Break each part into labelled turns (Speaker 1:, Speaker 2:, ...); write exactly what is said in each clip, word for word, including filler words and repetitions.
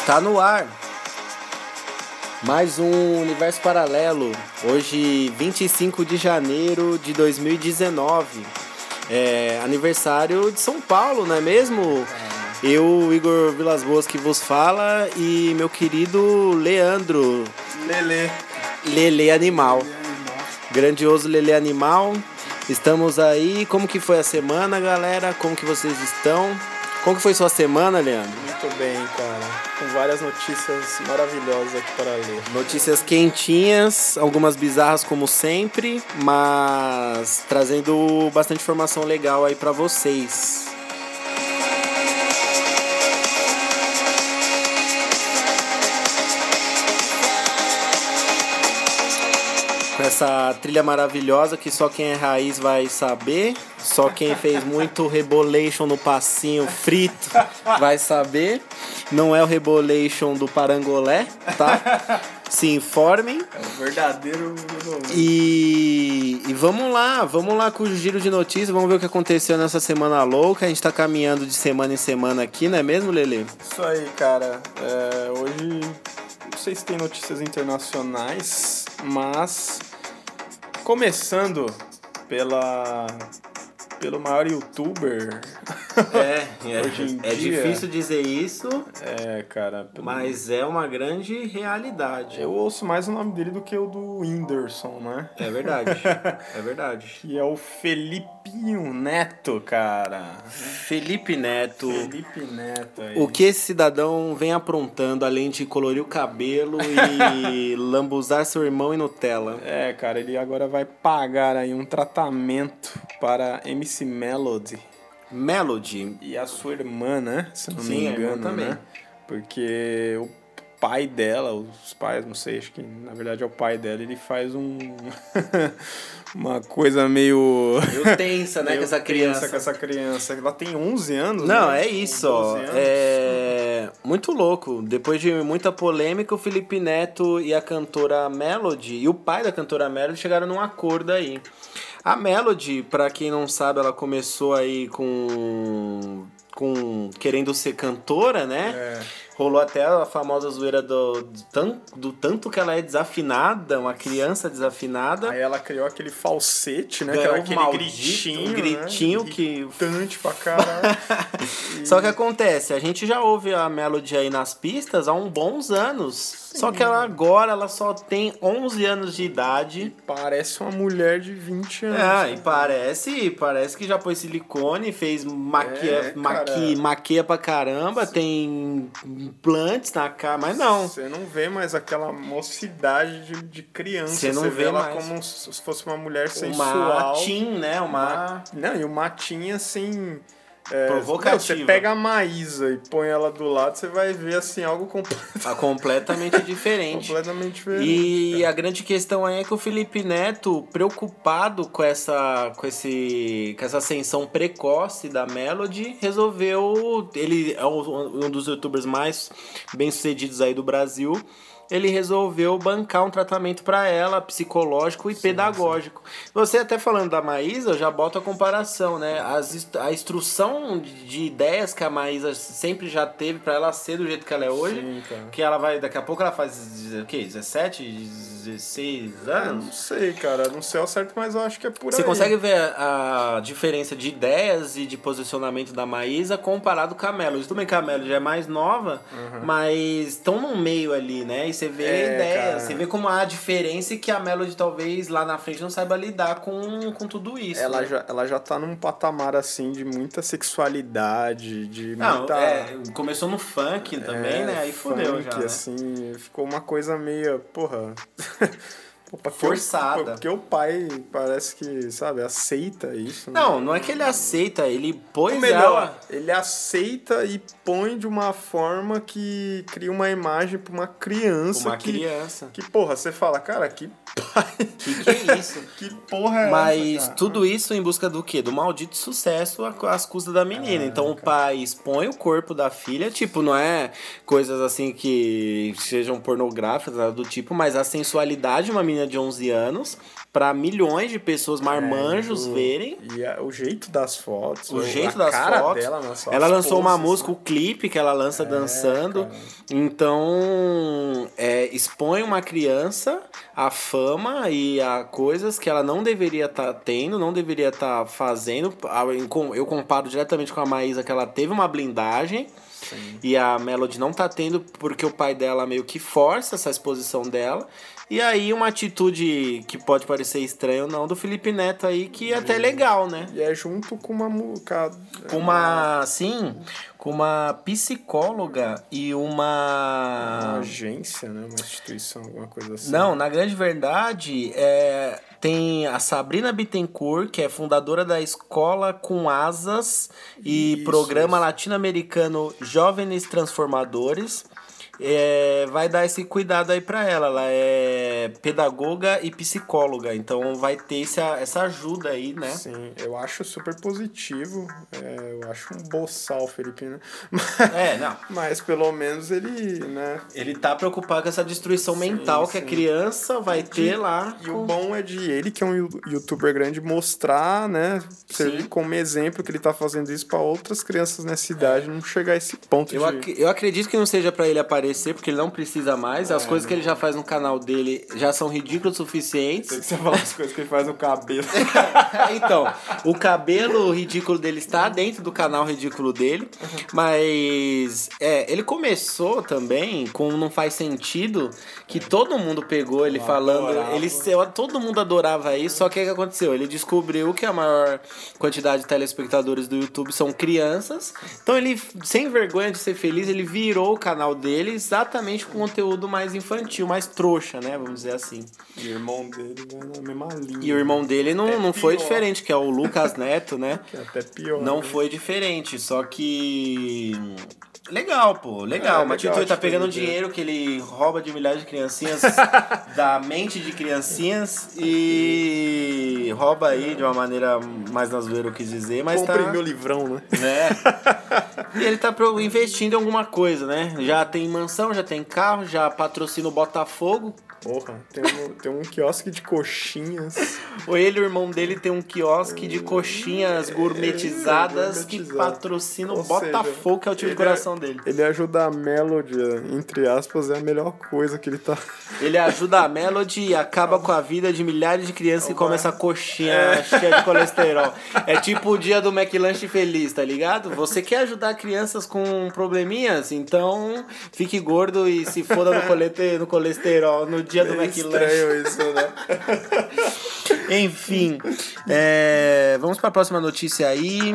Speaker 1: Está no ar mais um Universo Paralelo, hoje vinte e cinco de janeiro de dois mil e dezenove, é aniversário de São Paulo, não é mesmo? É. Eu, Igor Vilas Boas, que vos fala, e meu querido Leandro
Speaker 2: Lelê
Speaker 1: Lelê Animal,
Speaker 2: Lelê Animal.
Speaker 1: Grandioso Lelê Animal. Estamos aí. Como que foi a semana, galera? Como que vocês estão? Como que foi sua semana, Leandro?
Speaker 2: Muito bem, cara. Com várias notícias maravilhosas aqui para ler.
Speaker 1: Notícias quentinhas, algumas bizarras como sempre, mas trazendo bastante informação legal aí pra vocês. Com essa trilha maravilhosa que só quem é raiz vai saber, só quem fez muito rebolation no passinho frito vai saber. Não é o rebolation do Parangolé, tá? Se informem.
Speaker 2: É o verdadeiro rebolation.
Speaker 1: E, e vamos lá, vamos lá com o giro de notícias, vamos ver o que aconteceu nessa semana louca. A gente tá caminhando de semana em semana aqui, não é mesmo, Lelê?
Speaker 2: Isso aí, cara. É, hoje, não sei se tem notícias internacionais, mas começando pela, pelo maior youtuber.
Speaker 1: É, é,
Speaker 2: Hoje em
Speaker 1: é
Speaker 2: dia,
Speaker 1: difícil dizer isso,
Speaker 2: é, cara. Pelo...
Speaker 1: mas é uma grande realidade.
Speaker 2: Eu ouço mais o nome dele do que o do Whindersson, né?
Speaker 1: É verdade, é verdade.
Speaker 2: Que é o Felipinho Neto, cara.
Speaker 1: Felipe Neto.
Speaker 2: Felipe Neto aí.
Speaker 1: O que esse cidadão vem aprontando, além de colorir o cabelo e lambuzar seu irmão em Nutella?
Speaker 2: É, cara, ele agora vai pagar aí um tratamento para M C Melody.
Speaker 1: Melody.
Speaker 2: E a sua irmã, né? Se não
Speaker 1: Sim,
Speaker 2: me
Speaker 1: a irmã
Speaker 2: engano,
Speaker 1: também.
Speaker 2: né? Porque o pai dela, os pais, não sei, acho que na verdade é o pai dela, ele faz um... uma coisa meio...
Speaker 1: Meio tensa, né,
Speaker 2: meio
Speaker 1: com essa criança.
Speaker 2: com essa criança. Ela tem onze anos,
Speaker 1: Não,
Speaker 2: né?
Speaker 1: é isso, ó. É muito louco. Depois de muita polêmica, o Felipe Neto e a cantora Melody, e o pai da cantora Melody, chegaram num acordo aí. A Melody, pra quem não sabe, ela começou aí com... com querendo ser cantora, né?
Speaker 2: É.
Speaker 1: Rolou até a famosa zoeira do, do, tanto, do tanto que ela é desafinada, uma criança desafinada.
Speaker 2: Aí ela criou aquele falsete, né? Que
Speaker 1: Ganhou
Speaker 2: era aquele
Speaker 1: maldito,
Speaker 2: gritinho,
Speaker 1: um gritinho
Speaker 2: né?
Speaker 1: que...
Speaker 2: Irritante pra caralho. E...
Speaker 1: Só que acontece, a gente já ouve a Melody aí nas pistas há uns bons anos. Sim. Só que ela agora ela só tem onze anos de idade.
Speaker 2: E parece uma mulher de vinte anos.
Speaker 1: Ah, e parece, parece que já pôs silicone, fez maquia,
Speaker 2: É,
Speaker 1: maqui, maquia pra caramba, sim. Tem implantes na cara, mas não.
Speaker 2: Você não vê mais aquela mocidade de, de criança.
Speaker 1: Você não
Speaker 2: Você
Speaker 1: vê
Speaker 2: vê ela
Speaker 1: mais.
Speaker 2: como se fosse uma mulher sensual.
Speaker 1: Uma teen, né? Uma...
Speaker 2: uma... Não, e uma teen assim... É,
Speaker 1: provocativa.
Speaker 2: Você pega a Maísa e põe ela do lado, você vai ver assim algo completamente,
Speaker 1: completamente diferente.
Speaker 2: completamente diferente.
Speaker 1: E
Speaker 2: cara.
Speaker 1: A grande questão aí é que o Felipe Neto, preocupado com essa, com esse, com essa ascensão precoce da Melody, resolveu. Ele é um dos youtubers mais bem-sucedidos aí do Brasil. Ele resolveu bancar um tratamento para ela, psicológico e sim, pedagógico. Sim. Você até falando da Maísa, eu já boto a comparação, né? As, a instrução de ideias que a Maísa sempre já teve para ela ser do jeito que ela é hoje, sim, que ela vai, daqui a pouco ela faz, o quê? dezessete, dezesseis anos?
Speaker 2: Não sei, cara, não sei ao certo, mas eu acho que é por
Speaker 1: Você
Speaker 2: aí.
Speaker 1: consegue ver a, a diferença de ideias e de posicionamento da Maísa comparado com a Melody. Tudo bem que a Melody é mais nova, uhum. mas estão no meio ali, né? E você vê é, a ideia, cara. Você vê como há a diferença e que a Melody talvez lá na frente não saiba lidar com, com tudo isso.
Speaker 2: Ela,
Speaker 1: né?
Speaker 2: já, ela já tá num patamar assim de muita sexualidade, de
Speaker 1: não,
Speaker 2: muita...
Speaker 1: É, começou no funk também,
Speaker 2: é,
Speaker 1: né? Aí
Speaker 2: funk,
Speaker 1: fudeu já, né?
Speaker 2: assim, ficou uma coisa meio, porra...
Speaker 1: forçada.
Speaker 2: Porque o pai parece que, sabe, aceita isso.
Speaker 1: Não,
Speaker 2: né?
Speaker 1: não é que ele aceita, ele põe
Speaker 2: melhor,
Speaker 1: ela...
Speaker 2: ele aceita e põe de uma forma que cria uma imagem pra uma criança.
Speaker 1: Uma
Speaker 2: que,
Speaker 1: criança.
Speaker 2: Que, porra, você fala, cara, que pai...
Speaker 1: Que que é isso?
Speaker 2: Que porra é
Speaker 1: Mas
Speaker 2: essa, cara?
Speaker 1: Tudo isso em busca do quê? Do maldito sucesso às custas da menina.
Speaker 2: Ah,
Speaker 1: então
Speaker 2: cara.
Speaker 1: O pai expõe o corpo da filha, tipo, não é coisas assim que sejam pornográficas, nada do tipo, mas a sensualidade de uma menina de onze anos pra milhões de pessoas, marmanjos,
Speaker 2: É, o,
Speaker 1: verem.
Speaker 2: E a, o jeito das fotos.
Speaker 1: O
Speaker 2: a
Speaker 1: jeito das
Speaker 2: cara
Speaker 1: fotos.
Speaker 2: Dela nas
Speaker 1: ela lançou
Speaker 2: poses,
Speaker 1: uma música, o clipe que ela lança
Speaker 2: É,
Speaker 1: dançando.
Speaker 2: cara.
Speaker 1: Então, é, expõe uma criança a fama e a coisas que ela não deveria estar tendo, não deveria estar fazendo. Eu comparo diretamente com a Maísa, que ela teve uma blindagem.
Speaker 2: Sim.
Speaker 1: E a Melody não tá tendo porque o pai dela meio que força essa exposição dela. E aí uma atitude que pode parecer estranha ou não do Felipe Neto aí, que é até legal, né?
Speaker 2: E é junto com uma música.
Speaker 1: Com uma, sim, com uma psicóloga e uma...
Speaker 2: Uma agência, né? Uma instituição, alguma coisa assim.
Speaker 1: Não, na grande verdade, é, tem a Sabrina Bittencourt, que é fundadora da Escola com Asas e
Speaker 2: Isso,
Speaker 1: programa
Speaker 2: isso.
Speaker 1: latino-americano Jovens Transformadores. É, vai dar esse cuidado aí pra ela. Ela é pedagoga e psicóloga, então vai ter essa, essa ajuda aí, né?
Speaker 2: Sim, eu acho super positivo. É, eu acho um boçal, Felipe, né?
Speaker 1: É, não.
Speaker 2: Mas pelo menos ele, né?
Speaker 1: Ele tá preocupado com essa destruição
Speaker 2: Sim,
Speaker 1: mental que
Speaker 2: sim.
Speaker 1: a criança vai ter lá.
Speaker 2: E o bom é de ele, que é um yu- youtuber grande, mostrar, né? Servir
Speaker 1: Sim.
Speaker 2: como exemplo que ele tá fazendo isso pra outras crianças nessa idade, não chegar a esse ponto
Speaker 1: Eu,
Speaker 2: de.
Speaker 1: ac eu acredito que não seja pra ele aparecer, porque ele não precisa mais. As
Speaker 2: É,
Speaker 1: coisas
Speaker 2: não.
Speaker 1: que ele já faz no canal dele já são ridículas o
Speaker 2: Sei
Speaker 1: suficientes.
Speaker 2: que você fala as coisas que ele faz no cabelo.
Speaker 1: Então, o cabelo ridículo dele está dentro do canal ridículo dele, mas é, ele começou também com Não Faz Sentido, que todo mundo pegou ele
Speaker 2: Eu
Speaker 1: falando,
Speaker 2: adorava.
Speaker 1: ele todo mundo adorava isso, só que o que aconteceu? Ele descobriu que a maior quantidade de telespectadores do YouTube são crianças, então ele, sem vergonha de ser feliz, ele virou o canal dele exatamente com conteúdo mais infantil, mais trouxa, né, vamos dizer assim.
Speaker 2: E o irmão dele vai na mesma linha.
Speaker 1: E o irmão dele não,
Speaker 2: É
Speaker 1: não foi
Speaker 2: pior.
Speaker 1: diferente, que é o Lucas Neto, né?
Speaker 2: Que é até pior.
Speaker 1: Não
Speaker 2: né?
Speaker 1: foi diferente, só que... Legal, pô, legal.
Speaker 2: É,
Speaker 1: Mas
Speaker 2: legal
Speaker 1: Tito tá
Speaker 2: a
Speaker 1: pegando
Speaker 2: atitude dele.
Speaker 1: dinheiro que ele rouba de milhares de criancinhas, da mente de criancinhas, e rouba aí de uma maneira mais na zoeira, eu quis dizer, mas
Speaker 2: Comprei
Speaker 1: tá...
Speaker 2: meu livrão, né?
Speaker 1: né? E ele tá pro- investindo em alguma coisa, né? Já tem mansão, já tem carro, já patrocina o Botafogo.
Speaker 2: Porra, tem um, tem um quiosque de coxinhas.
Speaker 1: Ou ele e o irmão dele tem um quiosque de coxinhas gourmetizadas
Speaker 2: É,
Speaker 1: que
Speaker 2: gourmetizado.
Speaker 1: patrocina o
Speaker 2: Ou
Speaker 1: Botafogo,
Speaker 2: seja,
Speaker 1: que é o time
Speaker 2: ele
Speaker 1: do coração dele.
Speaker 2: Ele ajuda a Melody, entre aspas, é a melhor coisa que ele tá...
Speaker 1: Ele ajuda a Melody e acaba com a vida de milhares de crianças que comem essa coxinha
Speaker 2: É.
Speaker 1: cheia de colesterol. É tipo o dia do McLanche feliz, tá ligado? Você quer ajudar crianças com probleminhas? Então fique gordo e se foda no, colete, no colesterol no dia do
Speaker 2: Meio
Speaker 1: McLanche.
Speaker 2: estranho isso, né?
Speaker 1: Enfim, é, vamos para a próxima notícia aí.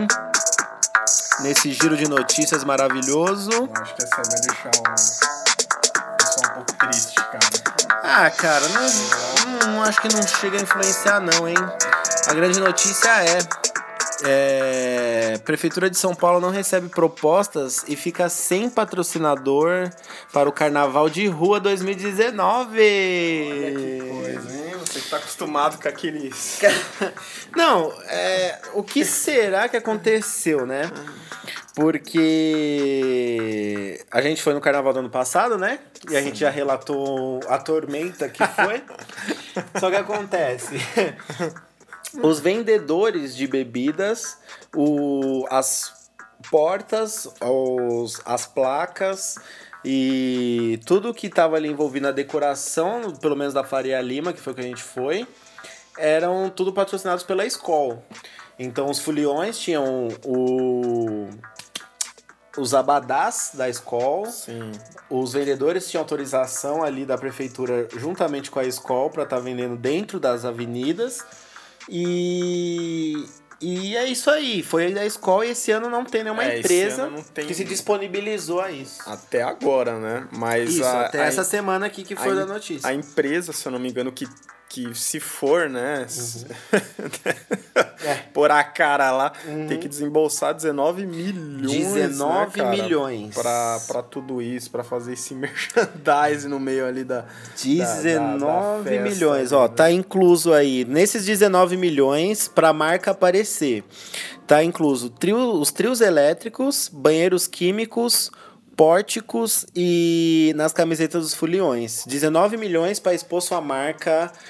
Speaker 1: Nesse giro de notícias maravilhoso.
Speaker 2: Eu acho que essa vai deixar o pessoal um pouco triste, cara.
Speaker 1: Ah, cara, não, não acho que não chega a influenciar não, hein? A grande notícia é, é Prefeitura de São Paulo não recebe propostas e fica sem patrocinador para o Carnaval de Rua dois mil e dezenove.
Speaker 2: Olha que coisa, hein? Você que tá acostumado com aqueles...
Speaker 1: Não, é, o que será que aconteceu, né? Porque a gente foi no carnaval do ano passado, né? E a gente já relatou a tormenta que foi. Só que acontece... Os vendedores de bebidas, o, as portas, os, as placas e tudo que estava ali envolvido na decoração, pelo menos da Faria Lima, que foi o que a gente foi, eram tudo patrocinados pela Skol. Então os foliões tinham o... os abadás da Skol.
Speaker 2: Sim.
Speaker 1: Os vendedores tinham autorização ali da prefeitura juntamente com a Skol para estar tá vendendo dentro das avenidas. E, e é isso aí, foi da escola e esse ano não tem nenhuma
Speaker 2: É, esse
Speaker 1: empresa
Speaker 2: ano não tem-
Speaker 1: que se disponibilizou a isso.
Speaker 2: Até agora, né? Mas
Speaker 1: Isso,
Speaker 2: a,
Speaker 1: até
Speaker 2: a,
Speaker 1: essa semana aqui que foi
Speaker 2: a,
Speaker 1: da notícia.
Speaker 2: A empresa, se eu não me engano, que, que se for, né?
Speaker 1: É.
Speaker 2: Pôr a cara lá,
Speaker 1: Uhum.
Speaker 2: tem que desembolsar dezenove milhões.
Speaker 1: dezenove
Speaker 2: né, cara?
Speaker 1: milhões.
Speaker 2: Pra, pra tudo isso, pra fazer esse merchandising no meio ali da.
Speaker 1: dezenove
Speaker 2: da- da- da festa,
Speaker 1: milhões,
Speaker 2: né?
Speaker 1: ó, tá incluso aí, nesses dezenove milhões, pra marca aparecer, tá incluso trio, os trios elétricos, banheiros químicos, pórticos e nas camisetas dos foliões. dezenove milhões pra expor sua marca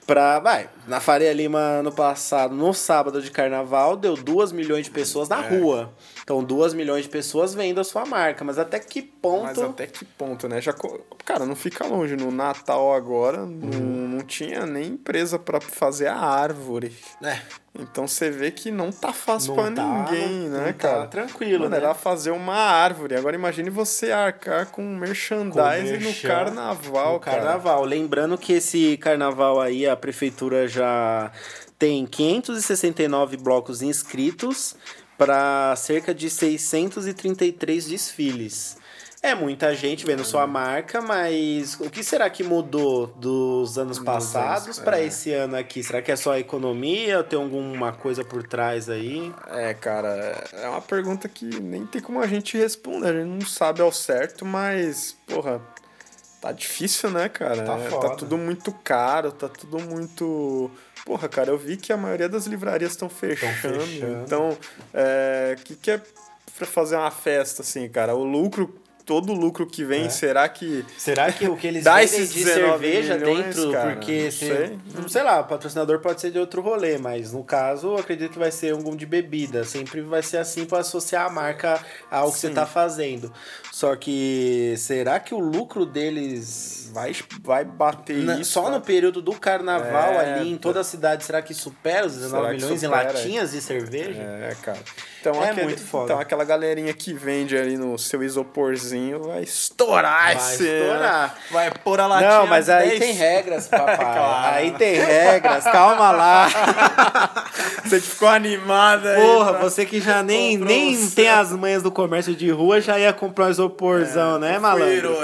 Speaker 1: Pra, vai, na Faria Lima ano passado, no sábado de carnaval, deu duas milhões de pessoas na é. rua. Então, duas milhões de pessoas vendo a sua marca. Mas até que ponto...
Speaker 2: Mas até que ponto, né? Já, cara, não fica longe. No Natal agora, uhum. não, não tinha nem empresa pra fazer a árvore.
Speaker 1: É.
Speaker 2: Então, você vê que não tá fácil não pra tá, ninguém,
Speaker 1: não,
Speaker 2: né,
Speaker 1: não
Speaker 2: cara?
Speaker 1: Tá tranquilo,
Speaker 2: Mano,
Speaker 1: né?
Speaker 2: era fazer uma árvore. Agora, imagine você arcar com merchandising com no carnaval,
Speaker 1: no
Speaker 2: cara.
Speaker 1: carnaval. Lembrando que esse carnaval aí, a prefeitura já tem quinhentos e sessenta e nove blocos inscritos para cerca de seiscentos e trinta e três desfiles. É muita gente vendo sua marca, mas o que será que mudou dos anos passados para é. esse ano aqui? Será que é só a economia ou tem alguma coisa por trás aí?
Speaker 2: É, cara, é uma pergunta que nem tem como a gente responder. A gente não sabe ao certo, mas, porra, tá difícil, né, cara?
Speaker 1: Tá,
Speaker 2: é,
Speaker 1: foda.
Speaker 2: Tá tudo muito caro, tá tudo muito... Porra, cara, eu vi que a maioria das livrarias estão fechando, fechando. Então, o é, que, que é pra fazer uma festa, assim, cara? O lucro, todo o lucro que vem, é. será que...
Speaker 1: Será que o que eles
Speaker 2: dá
Speaker 1: vendem de cerveja
Speaker 2: milhões,
Speaker 1: dentro,
Speaker 2: cara?
Speaker 1: porque...
Speaker 2: Não
Speaker 1: se,
Speaker 2: sei.
Speaker 1: sei lá, o patrocinador pode ser de outro rolê, mas no caso, eu acredito que vai ser algum de bebida. Sempre vai ser assim para associar a marca ao que Sim. você tá fazendo. Só que, será que o lucro deles...
Speaker 2: Vai, vai bater
Speaker 1: Na,
Speaker 2: isso.
Speaker 1: Só
Speaker 2: né?
Speaker 1: no período do carnaval
Speaker 2: é,
Speaker 1: ali, em toda a cidade, será que supera os dezenove milhões em latinhas de cerveja?
Speaker 2: É, cara. Então,
Speaker 1: é
Speaker 2: aquele,
Speaker 1: muito foda.
Speaker 2: Então, aquela galerinha que vende ali no seu isoporzinho vai estourar
Speaker 1: Vai
Speaker 2: esse,
Speaker 1: estourar.
Speaker 2: Vai pôr a latinha.
Speaker 1: Não, mas aí dez. Tem regras, papai. Claro. Aí tem regras, calma lá.
Speaker 2: Você ficou animada aí.
Speaker 1: Porra, pra... você que já nem, nem tem as manhas do comércio de rua, já ia comprar um isoporzão, é, né, malandro?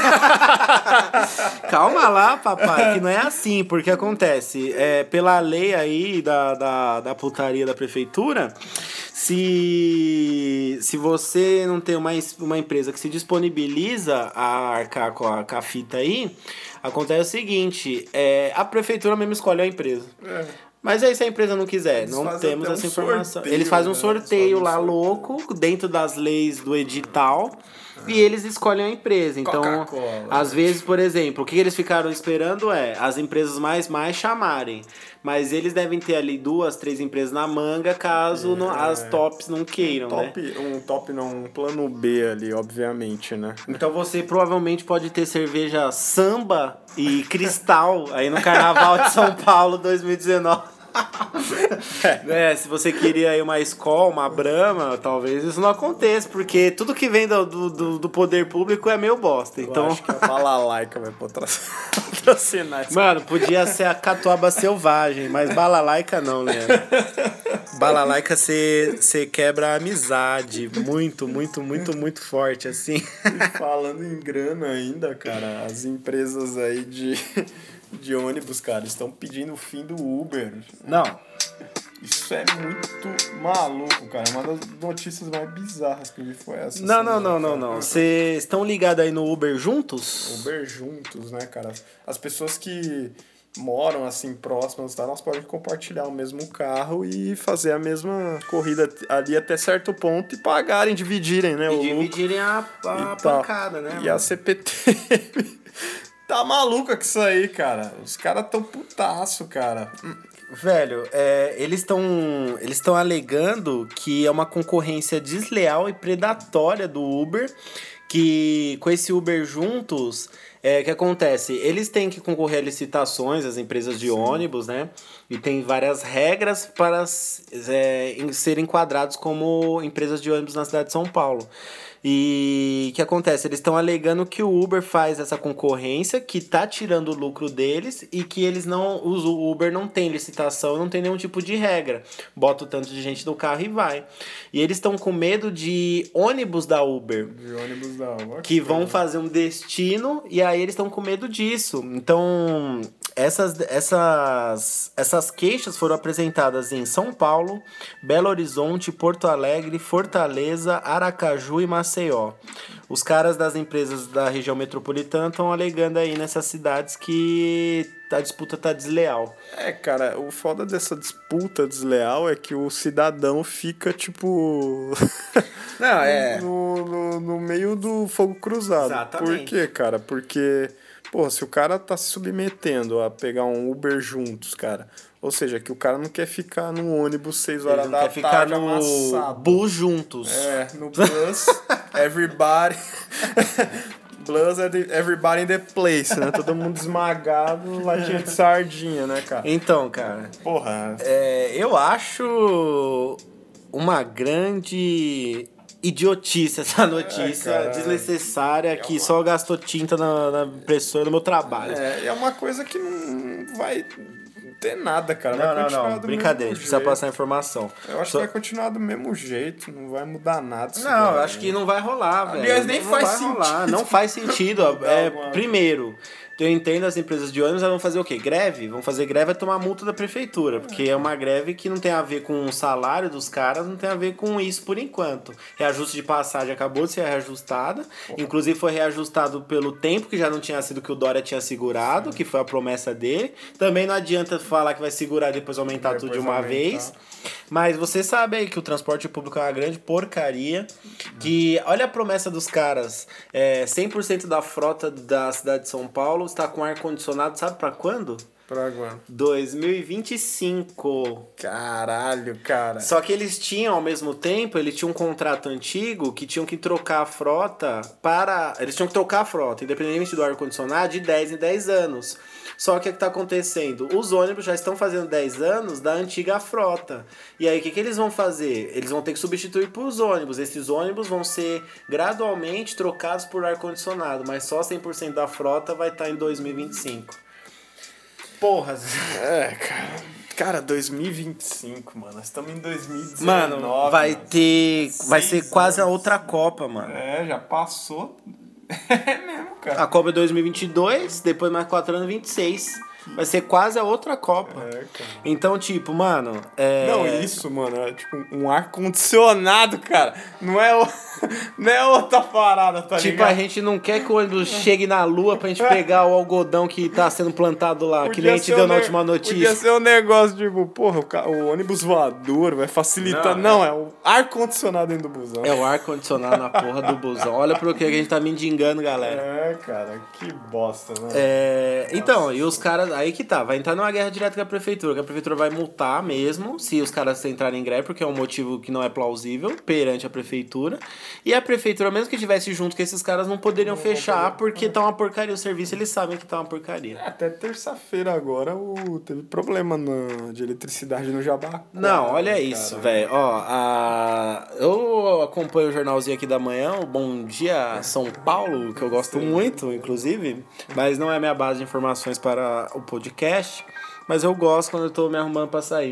Speaker 1: Calma lá, papai, que não é assim, porque acontece, é, pela lei aí da, da, da putaria da prefeitura, se, se você não tem uma, uma empresa que se disponibiliza a arcar com a, com a fita aí, acontece o seguinte, é, a prefeitura mesmo escolhe a empresa. É. Mas aí se a empresa não quiser, Eles não temos essa um informação. Sorteio, Eles fazem um sorteio né? lá um sorteio. louco, dentro das leis do edital, ah. e eles escolhem a empresa. Então, às vezes, por exemplo, o que eles ficaram esperando é as empresas mais mais chamarem. Mas eles devem ter ali duas, três empresas na manga, caso é, não, as tops não queiram,
Speaker 2: um top,
Speaker 1: né?
Speaker 2: Um top não, um plano B ali, obviamente, né?
Speaker 1: Então você provavelmente pode ter cerveja Samba e Cristal aí no Carnaval de São Paulo dois mil e dezenove. É, se você queria aí uma Skol, uma Brahma, talvez isso não aconteça, porque tudo que vem do, do, do poder público é meio bosta. Então...
Speaker 2: Eu acho que a Balalaica vai patrocinar isso.
Speaker 1: Mano, podia ser a Catuaba Selvagem, mas Balalaica não, Leandro. Balalaica você quebra a amizade muito, muito, muito, muito forte, assim.
Speaker 2: E falando em grana ainda, cara, as empresas aí de... de ônibus, cara, estão pedindo o fim do Uber.
Speaker 1: Não.
Speaker 2: Isso é muito maluco, cara. Uma das notícias mais bizarras que eu vi foi essa.
Speaker 1: Não, não, não, não, não. Vocês estão ligados aí no Uber Juntos?
Speaker 2: Uber Juntos, né, cara? As pessoas que moram, assim, próximas, tá? Elas podem compartilhar o mesmo carro e fazer a mesma corrida ali até certo ponto e pagarem, dividirem, né?
Speaker 1: E
Speaker 2: o
Speaker 1: dividirem a, a pancada, né?
Speaker 2: E
Speaker 1: mano?
Speaker 2: a C P T... Tá maluca com isso aí, cara. Os caras tão putaço, cara.
Speaker 1: Velho, é, eles estão eles estão alegando que é uma concorrência desleal e predatória do Uber, que com esse Uber Juntos, é, que acontece? Eles têm que concorrer a licitações, as empresas de Sim. ônibus, né? E tem várias regras para é, serem enquadrados como empresas de ônibus na cidade de São Paulo. E o que acontece? Eles estão alegando que o Uber faz essa concorrência, que tá tirando o lucro deles e que eles não, o Uber não tem licitação, não tem nenhum tipo de regra. Bota o tanto de gente no carro e vai. E eles estão com medo de ônibus da Uber.
Speaker 2: De ônibus da Uber.
Speaker 1: Que vão fazer um destino e aí eles estão com medo disso. Então, essas, essas, essas queixas foram apresentadas em São Paulo, Belo Horizonte, Porto Alegre, Fortaleza, Aracaju e Maceió. Os caras das empresas da região metropolitana estão alegando aí nessas cidades que a disputa tá desleal.
Speaker 2: É, cara, o foda dessa disputa desleal é que o cidadão fica, tipo...
Speaker 1: Não, é...
Speaker 2: no, no, no meio do fogo cruzado.
Speaker 1: Exatamente.
Speaker 2: Por quê, cara? Porque... Pô, se o cara tá se submetendo a pegar um Uber juntos, cara, ou seja, que o cara não quer ficar no ônibus seis horas
Speaker 1: Ele não
Speaker 2: da
Speaker 1: quer ficar
Speaker 2: tarde
Speaker 1: no
Speaker 2: amassado.
Speaker 1: bus juntos.
Speaker 2: É, no bus, everybody... Plus é the everybody in the place, né? Todo mundo esmagado, latinha de sardinha, né, cara?
Speaker 1: Então, cara...
Speaker 2: Porra...
Speaker 1: É, eu acho uma grande... idiotice essa notícia
Speaker 2: é,
Speaker 1: desnecessária
Speaker 2: é
Speaker 1: que
Speaker 2: uma...
Speaker 1: só gastou tinta na, na impressora do meu trabalho.
Speaker 2: É, é uma coisa que não vai ter nada, cara.
Speaker 1: Não,
Speaker 2: vai
Speaker 1: não,
Speaker 2: continuar
Speaker 1: não.
Speaker 2: do
Speaker 1: Brincadeira, a gente
Speaker 2: mesmo
Speaker 1: precisa
Speaker 2: jeito.
Speaker 1: passar a informação.
Speaker 2: Eu acho
Speaker 1: só...
Speaker 2: que vai continuar do mesmo jeito, não vai mudar nada.
Speaker 1: Não, eu
Speaker 2: daí.
Speaker 1: acho que não vai rolar, velho.
Speaker 2: Aliás, nem
Speaker 1: não
Speaker 2: faz
Speaker 1: vai
Speaker 2: sentido.
Speaker 1: rolar. Não faz sentido. É, primeiro, eu entendo as empresas de ônibus, elas vão fazer o quê? Greve? Vão fazer greve é tomar multa da prefeitura, porque é uma greve que não tem a ver com o salário dos caras, não tem a ver com isso por enquanto. Reajuste de passagem acabou de ser reajustada, inclusive foi reajustado pelo tempo que já não tinha sido que o Dória tinha segurado, que foi a promessa dele. Também não adianta falar que vai segurar e depois aumentar depois tudo de uma aumentar. vez. Mas você sabe aí que o transporte público é uma grande porcaria, que olha a promessa dos caras, é, cem por cento da frota da cidade de São Paulo está com ar-condicionado, sabe pra quando?
Speaker 2: Pra quando?
Speaker 1: dois mil e vinte e cinco.
Speaker 2: Caralho, cara.
Speaker 1: Só que eles tinham, ao mesmo tempo, eles tinham um contrato antigo que tinham que trocar a frota para... Eles tinham que trocar a frota, independente do ar-condicionado, de dez em dez anos. Só que o que está acontecendo? Os ônibus já estão fazendo dez anos da antiga frota. E aí, o que, que eles vão fazer? Eles vão ter que substituir por os ônibus. Esses ônibus vão ser gradualmente trocados por ar-condicionado, mas só cem por cento da frota vai estar em dois mil e vinte e cinco. Porra.
Speaker 2: É, cara. Cara, dois mil e vinte e cinco, mano. Nós estamos em dois mil e dezenove.
Speaker 1: Mano, vai
Speaker 2: mano.
Speaker 1: ter... Vai
Speaker 2: Seis
Speaker 1: ser quase
Speaker 2: anos.
Speaker 1: a outra Copa, mano.
Speaker 2: É, já passou. É mesmo, cara.
Speaker 1: A Copa é dois mil e vinte e dois, depois mais quatro anos, vinte e seis. Vai ser quase a outra Copa.
Speaker 2: É, cara.
Speaker 1: Então, tipo, mano... É...
Speaker 2: Não, isso, mano, é tipo um ar-condicionado, cara. Não é, o... não é outra parada, tá
Speaker 1: Tipo,
Speaker 2: ligado?
Speaker 1: a gente não quer que o ônibus chegue na lua pra gente pegar o algodão que tá sendo plantado lá,
Speaker 2: Podia
Speaker 1: que nem a gente
Speaker 2: ser
Speaker 1: deu
Speaker 2: um
Speaker 1: na
Speaker 2: ne-
Speaker 1: última notícia.
Speaker 2: Podia ser um negócio, tipo, porra, o, ca... o ônibus voador vai facilitar.
Speaker 1: Não,
Speaker 2: Não, é o ar-condicionado dentro do busão.
Speaker 1: É o ar-condicionado na porra do busão. Olha pro que a gente tá mendigando, galera.
Speaker 2: É, cara, que bosta, né?
Speaker 1: É, então, e os caras, aí que tá, vai entrar numa guerra direta com a prefeitura, que a prefeitura vai multar mesmo, se os caras entrarem em greve, porque é um motivo que não é plausível perante a prefeitura, e a prefeitura, mesmo que estivesse junto com esses caras, não poderiam não fechar, porque tá uma porcaria o serviço, eles sabem que tá uma porcaria.
Speaker 2: Até terça-feira agora o... teve problema na... de eletricidade no Jabá.
Speaker 1: Não, olha isso, velho, ó, a... eu acompanho o jornalzinho aqui da manhã, o Bom Dia São Paulo, que eu gosto muito, inclusive, mas não é minha base de informações para o podcast, mas eu gosto quando eu tô me arrumando pra sair.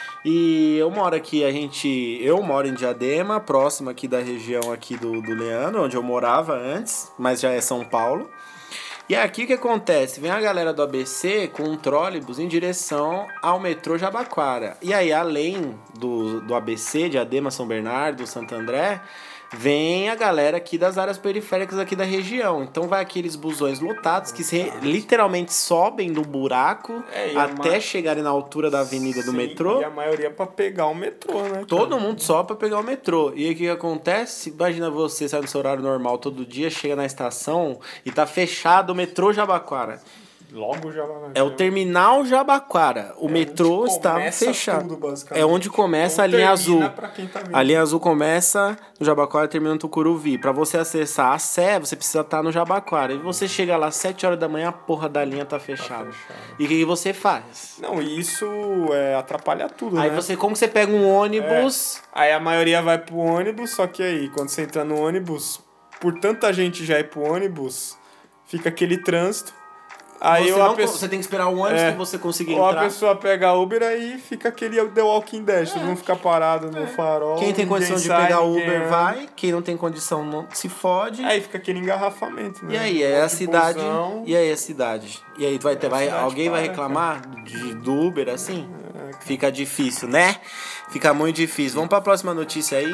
Speaker 1: E eu moro aqui, a gente... Eu moro em Diadema, próximo aqui da região aqui do, do Leandro, onde eu morava antes, mas já é São Paulo. E aqui o que acontece? Vem a galera do A B C com um trólebus em direção ao metrô Jabaquara. E aí, além do, do A B C, Diadema, São Bernardo, Santo André, vem a galera aqui das áreas periféricas aqui da região. Então vai aqueles busões lotados que se, literalmente sobem do buraco
Speaker 2: é,
Speaker 1: até
Speaker 2: ma...
Speaker 1: chegarem na altura da avenida do
Speaker 2: Sim,
Speaker 1: metrô.
Speaker 2: E a maioria pra pegar o metrô, né? Cara?
Speaker 1: Todo mundo sobe pra pegar o metrô. E aí o que acontece? Imagina você sai no seu horário normal todo dia, chega na estação e tá fechado o metrô Jabaquara.
Speaker 2: Logo já vai.
Speaker 1: É o terminal Jabaquara. O
Speaker 2: é
Speaker 1: metrô está fechado.
Speaker 2: Tudo,
Speaker 1: é onde começa
Speaker 2: então,
Speaker 1: a linha azul.
Speaker 2: Tá
Speaker 1: a linha azul começa no Jabaquara e termina no Tucuruvi. Pra você acessar a Sé, você precisa estar no Jabaquara. E você chega lá às sete horas da manhã, a porra da linha tá fechada. Tá fechado. E o que, que você faz?
Speaker 2: Não, isso é, atrapalha tudo,
Speaker 1: aí
Speaker 2: né?
Speaker 1: você, como você pega um ônibus...
Speaker 2: É. Aí a maioria vai pro ônibus, só que aí, quando você entra no ônibus, por tanta gente já ir pro ônibus, fica aquele trânsito. Aí
Speaker 1: você, não,
Speaker 2: pessoa...
Speaker 1: você tem que esperar um ônibus
Speaker 2: é,
Speaker 1: que você conseguir
Speaker 2: ou
Speaker 1: entrar.
Speaker 2: Ou a pessoa pega Uber, aí fica aquele The Walking Dead, é. Todo mundo fica parado no é. farol.
Speaker 1: Quem tem condição de
Speaker 2: sai,
Speaker 1: pegar Uber
Speaker 2: é.
Speaker 1: vai, quem não tem condição não se fode.
Speaker 2: Aí fica aquele engarrafamento, né?
Speaker 1: E aí, é a cidade. Busão. E aí, a cidade. E aí, vai ter, vai, alguém vai reclamar de, do Uber assim? É, fica difícil, né? Fica muito difícil. Vamos pra próxima notícia aí.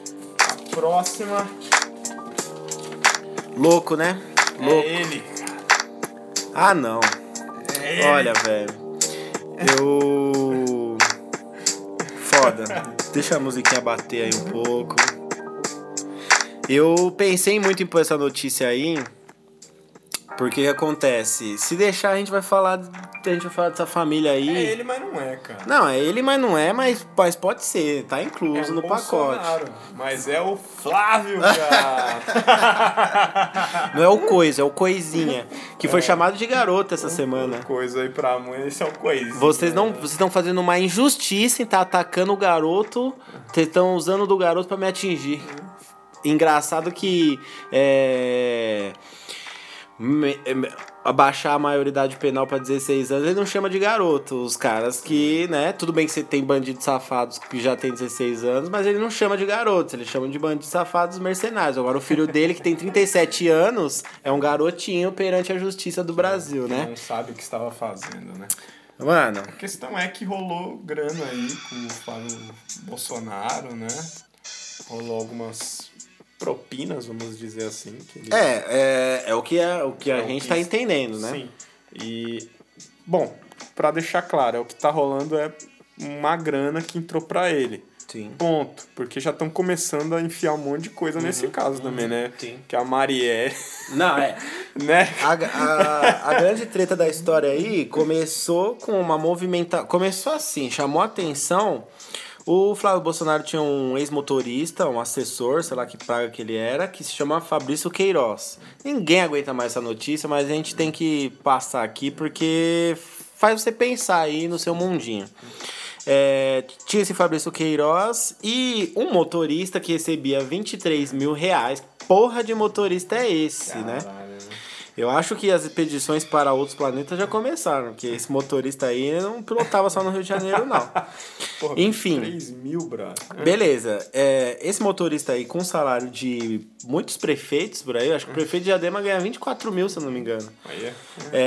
Speaker 2: A próxima.
Speaker 1: Louco, né? Louco.
Speaker 2: É ele.
Speaker 1: Ah, não. Olha, velho, eu... Foda. Deixa a musiquinha bater aí um pouco. Eu pensei muito em pôr essa notícia aí, Porque o que acontece? Se deixar, a gente vai falar. A gente vai falar dessa família aí.
Speaker 2: É ele, mas não é, cara.
Speaker 1: Não, é ele, mas não é, mas, mas pode ser. Tá incluso é no
Speaker 2: Bolsonaro, pacote. Mas é o Flávio, cara.
Speaker 1: Não é o Coisa, é o Coisinha. Que foi é. chamado de garoto essa
Speaker 2: o,
Speaker 1: semana.
Speaker 2: O Coisa aí pra mãe, esse é o Coisinha.
Speaker 1: Vocês não, vocês estão fazendo uma injustiça em estar tá atacando o garoto. Vocês estão usando do garoto pra me atingir. Engraçado que. É. Me, me, abaixar a maioridade penal pra dezesseis anos, ele não chama de garoto. Os caras que, né, tudo bem que você tem bandidos safados que já tem dezesseis anos, mas ele não chama de garotos, ele chama de bandidos safados mercenários. Agora o filho dele, que tem trinta e sete anos, é um garotinho perante a justiça do Brasil, né?
Speaker 2: Não sabe o que estava fazendo, né?
Speaker 1: Mano...
Speaker 2: A questão é que rolou grana aí com o Flávio Bolsonaro, né? Rolou algumas... propinas, vamos dizer assim. Que ele...
Speaker 1: é, é, é o que, é, o que é a
Speaker 2: o
Speaker 1: gente
Speaker 2: que...
Speaker 1: tá entendendo, né?
Speaker 2: Sim. E, bom, pra deixar claro, é o que tá rolando é uma grana que entrou pra ele.
Speaker 1: Sim.
Speaker 2: Ponto. Porque já estão começando a enfiar um monte de coisa uhum, nesse caso uhum, também, né?
Speaker 1: Sim.
Speaker 2: Que a Marielle...
Speaker 1: Não, é...
Speaker 2: né?
Speaker 1: A, a, a grande treta da história aí começou com uma movimentação... Começou assim, chamou a atenção... O Flávio Bolsonaro tinha um ex-motorista, um assessor, sei lá que praga que ele era, que se chama Fabrício Queiroz. Ninguém aguenta mais essa notícia, mas a gente tem que passar aqui porque faz você pensar aí no seu mundinho. É, tinha esse Fabrício Queiroz e um motorista que recebia vinte e três mil reais. Porra de motorista é esse, Caralho, né? Eu acho que as expedições para outros planetas já começaram, porque esse motorista aí não pilotava só no Rio de Janeiro, não.
Speaker 2: Porra,
Speaker 1: enfim.
Speaker 2: três mil, brother.
Speaker 1: Beleza. É, esse motorista aí com salário de muitos prefeitos por aí, acho que o prefeito de Diadema ganha vinte e quatro mil, se eu não me engano.
Speaker 2: Aí é.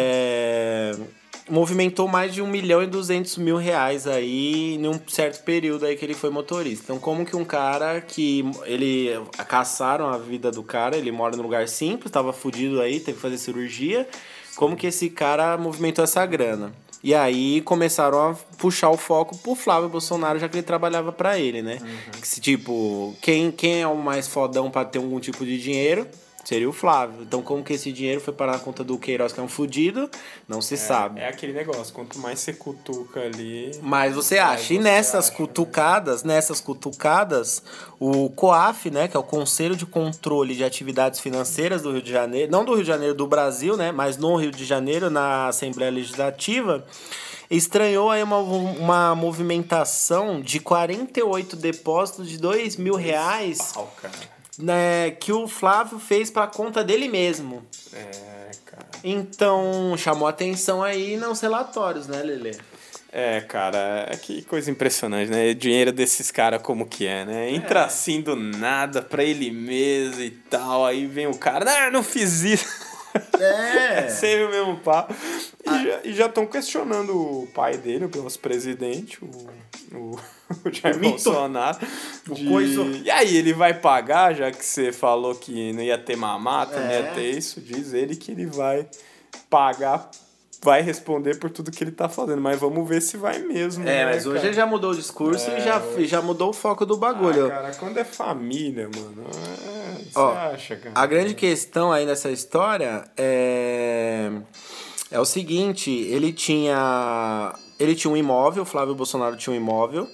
Speaker 1: É, movimentou mais de um milhão e duzentos mil reais aí em um certo período aí que ele foi motorista. Então, como que um cara que ele caçaram a vida do cara, ele mora num lugar simples, tava fudido aí, teve que fazer cirurgia, como que esse cara movimentou essa grana? E aí começaram a puxar o foco pro Flávio Bolsonaro, já que ele trabalhava pra ele, né? Uhum. Que, tipo, quem, quem é o mais fodão pra ter algum tipo de dinheiro? Seria o Flávio. Então, como que esse dinheiro foi parar na conta do Queiroz, que é um fudido, não se
Speaker 2: é,
Speaker 1: sabe.
Speaker 2: É aquele negócio, quanto mais você cutuca ali...
Speaker 1: Mas você acha. E nessas acha, cutucadas, né? nessas cutucadas, o COAF, né? Que é o Conselho de Controle de Atividades Financeiras do Rio de Janeiro, não do Rio de Janeiro, do Brasil, né? Mas no Rio de Janeiro, na Assembleia Legislativa, estranhou aí uma, uma movimentação de quarenta e oito depósitos de dois mil reais...
Speaker 2: Pau, cara.
Speaker 1: Né, que o Flávio fez pra conta dele mesmo.
Speaker 2: É, cara.
Speaker 1: Então, chamou atenção aí nos relatórios, né, Lelê?
Speaker 2: É, cara, é que coisa impressionante, né? O dinheiro desses caras como que é, né? Entra é. assim do nada pra ele mesmo e tal, aí vem o cara, ah, não fiz isso.
Speaker 1: É.
Speaker 2: É sempre o mesmo papo. E já estão questionando o pai dele, o nosso presidente, o, o, o Jair Bolsonaro. De... Coisa... E aí, ele vai pagar, já que você falou que não ia ter mamata, é. não ia ter isso? Diz ele que ele vai pagar, vai responder por tudo que ele tá fazendo. Mas vamos ver se vai mesmo.
Speaker 1: É,
Speaker 2: né,
Speaker 1: mas
Speaker 2: cara?
Speaker 1: hoje ele já mudou o discurso é, e já,
Speaker 2: hoje...
Speaker 1: já mudou o foco do bagulho.
Speaker 2: Ah, cara, quando é família, mano, é... você
Speaker 1: Ó,
Speaker 2: acha, cara?
Speaker 1: A grande questão aí nessa história é... É o seguinte, ele tinha... Ele tinha um imóvel, o Flávio Bolsonaro tinha um imóvel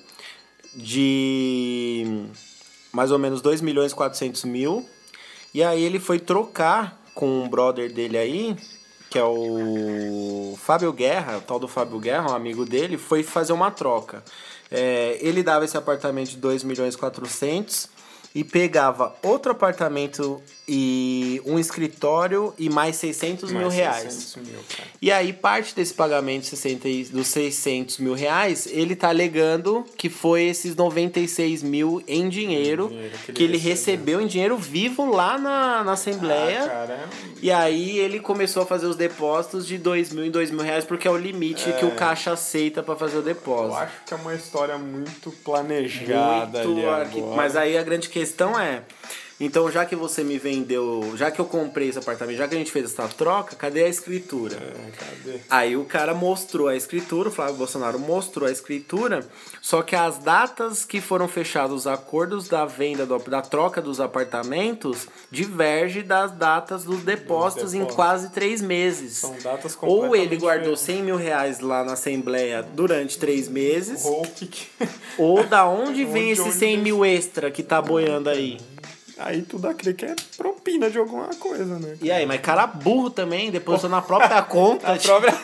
Speaker 1: de mais ou menos dois milhões e quatrocentos mil. E aí ele foi trocar com um brother dele aí, que é o Fábio Guerra, o tal do Fábio Guerra, um amigo dele, foi fazer uma troca. É, ele dava esse apartamento de dois milhões e quatrocentos e pegava outro apartamento e um escritório e mais seiscentos mil reais.
Speaker 2: seiscentos mil, cara.
Speaker 1: E aí, parte desse pagamento sessenta, dos seiscentos mil reais, ele tá alegando que foi esses noventa e seis mil em dinheiro, dinheiro que ele, que ele recebeu em dinheiro vivo lá na, na Assembleia.
Speaker 2: Ah, cara.
Speaker 1: E aí ele começou a fazer os depósitos de dois mil em dois mil reais, porque é o limite é. que o caixa aceita para fazer o depósito.
Speaker 2: Eu acho que é uma história muito planejada
Speaker 1: muito
Speaker 2: ali
Speaker 1: arqui... Mas aí a grande questão é... Então, já que você me vendeu, já que eu comprei esse apartamento, já que a gente fez essa troca, cadê a escritura?
Speaker 2: É, cadê?
Speaker 1: Aí o cara mostrou a escritura, o Flávio Bolsonaro mostrou a escritura, só que as datas que foram fechados os acordos da venda, do, da troca dos apartamentos, diverge das datas dos depósitos, em quase três meses.
Speaker 2: São datas completamente
Speaker 1: Ou ele guardou
Speaker 2: diferentes.
Speaker 1: cem mil reais lá na Assembleia durante três meses,
Speaker 2: Ou que que...
Speaker 1: ou da onde vem
Speaker 2: Onde-
Speaker 1: esse
Speaker 2: onde
Speaker 1: cem
Speaker 2: vem-
Speaker 1: mil extra que tá boiando aí?
Speaker 2: Aí tudo acredita que é propina de alguma coisa, né?
Speaker 1: E aí, mas cara burro também, depositou na própria conta.
Speaker 2: A própria...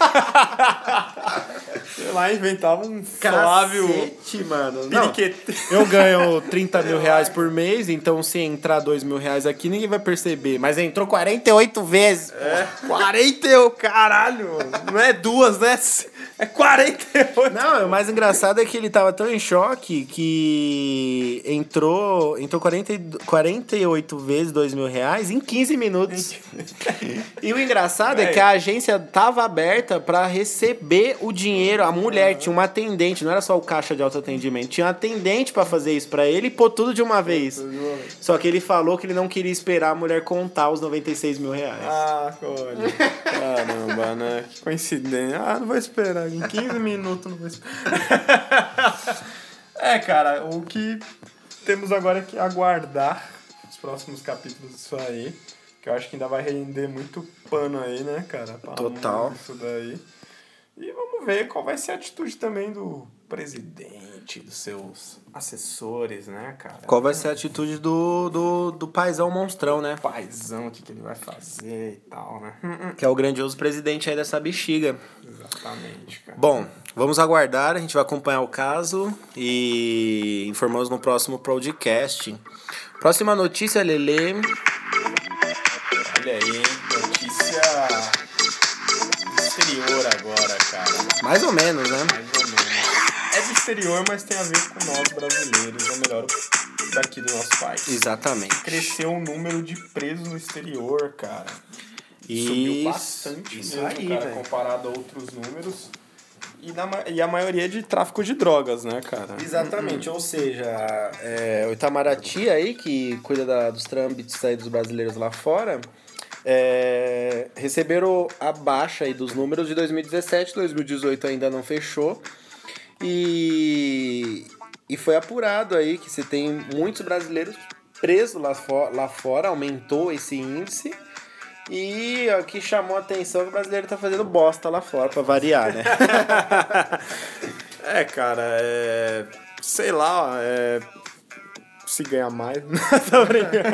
Speaker 2: Sei lá, inventava um Flávio...
Speaker 1: Cacete, mano. Não,
Speaker 2: Piriquete.
Speaker 1: eu ganho trinta mil reais por mês, então se entrar dois mil reais aqui, ninguém vai perceber. Mas entrou quarenta e oito vezes.
Speaker 2: É, quarenta e oito, caralho, mano. Não é duas, né? É quarenta e oito.
Speaker 1: Não, o mais engraçado é que ele tava tão em choque que entrou, entrou quarenta, quarenta e oito vezes dois mil reais em quinze minutos. E o engraçado é que a agência tava aberta pra receber o dinheiro. A mulher tinha uma atendente, não era só o caixa de autoatendimento, tinha uma atendente pra fazer isso pra ele e pôr tudo de uma vez. Só que ele falou que ele não queria esperar a mulher contar os noventa e seis mil reais.
Speaker 2: Ah, olha. Caramba, né? Que coincidência. Ah, não vou esperar. Em quinze minutos não vou esperar. É, cara, o que temos agora é que aguardar os próximos capítulos disso aí. Que eu acho que ainda vai render muito pano aí, né, cara? Pra
Speaker 1: Total.
Speaker 2: Isso daí. E vamos ver qual vai ser a atitude também do presidente, dos seus assessores, né, cara?
Speaker 1: Qual vai ser a atitude do, do, do paizão monstrão, né?
Speaker 2: Paizão, o que, que ele vai fazer e tal, né?
Speaker 1: Que é o grandioso presidente aí dessa bexiga.
Speaker 2: Exatamente, cara.
Speaker 1: Bom, vamos aguardar, a gente vai acompanhar o caso e informamos no próximo podcast. Próxima notícia, Lelê.
Speaker 2: Olha aí, notícia do exterior agora, cara.
Speaker 1: Mais ou menos, né?
Speaker 2: Mais ou menos. É do exterior, mas tem a ver com nós brasileiros, ou melhor, daqui do nosso país.
Speaker 1: Exatamente.
Speaker 2: Cresceu o número de presos no exterior, cara.
Speaker 1: Isso,
Speaker 2: Subiu bastante
Speaker 1: isso
Speaker 2: mesmo,
Speaker 1: aí,
Speaker 2: cara,
Speaker 1: velho.
Speaker 2: comparado a outros números. E, na, ma- e a maioria é de tráfico de drogas, né, cara?
Speaker 1: Exatamente, ou seja, é, o Itamaraty aí, que cuida da, dos trâmites aí dos brasileiros lá fora, é, receberam a baixa aí dos números de dois mil e dezessete, dois mil e dezoito ainda não fechou, e, e foi apurado aí que você tem muitos brasileiros presos lá, fo- lá fora, aumentou esse índice. E o que chamou a atenção é que o brasileiro tá fazendo bosta lá fora, pra variar, né?
Speaker 2: É, cara, é... sei lá, é... se ganhar mais, tô brincando.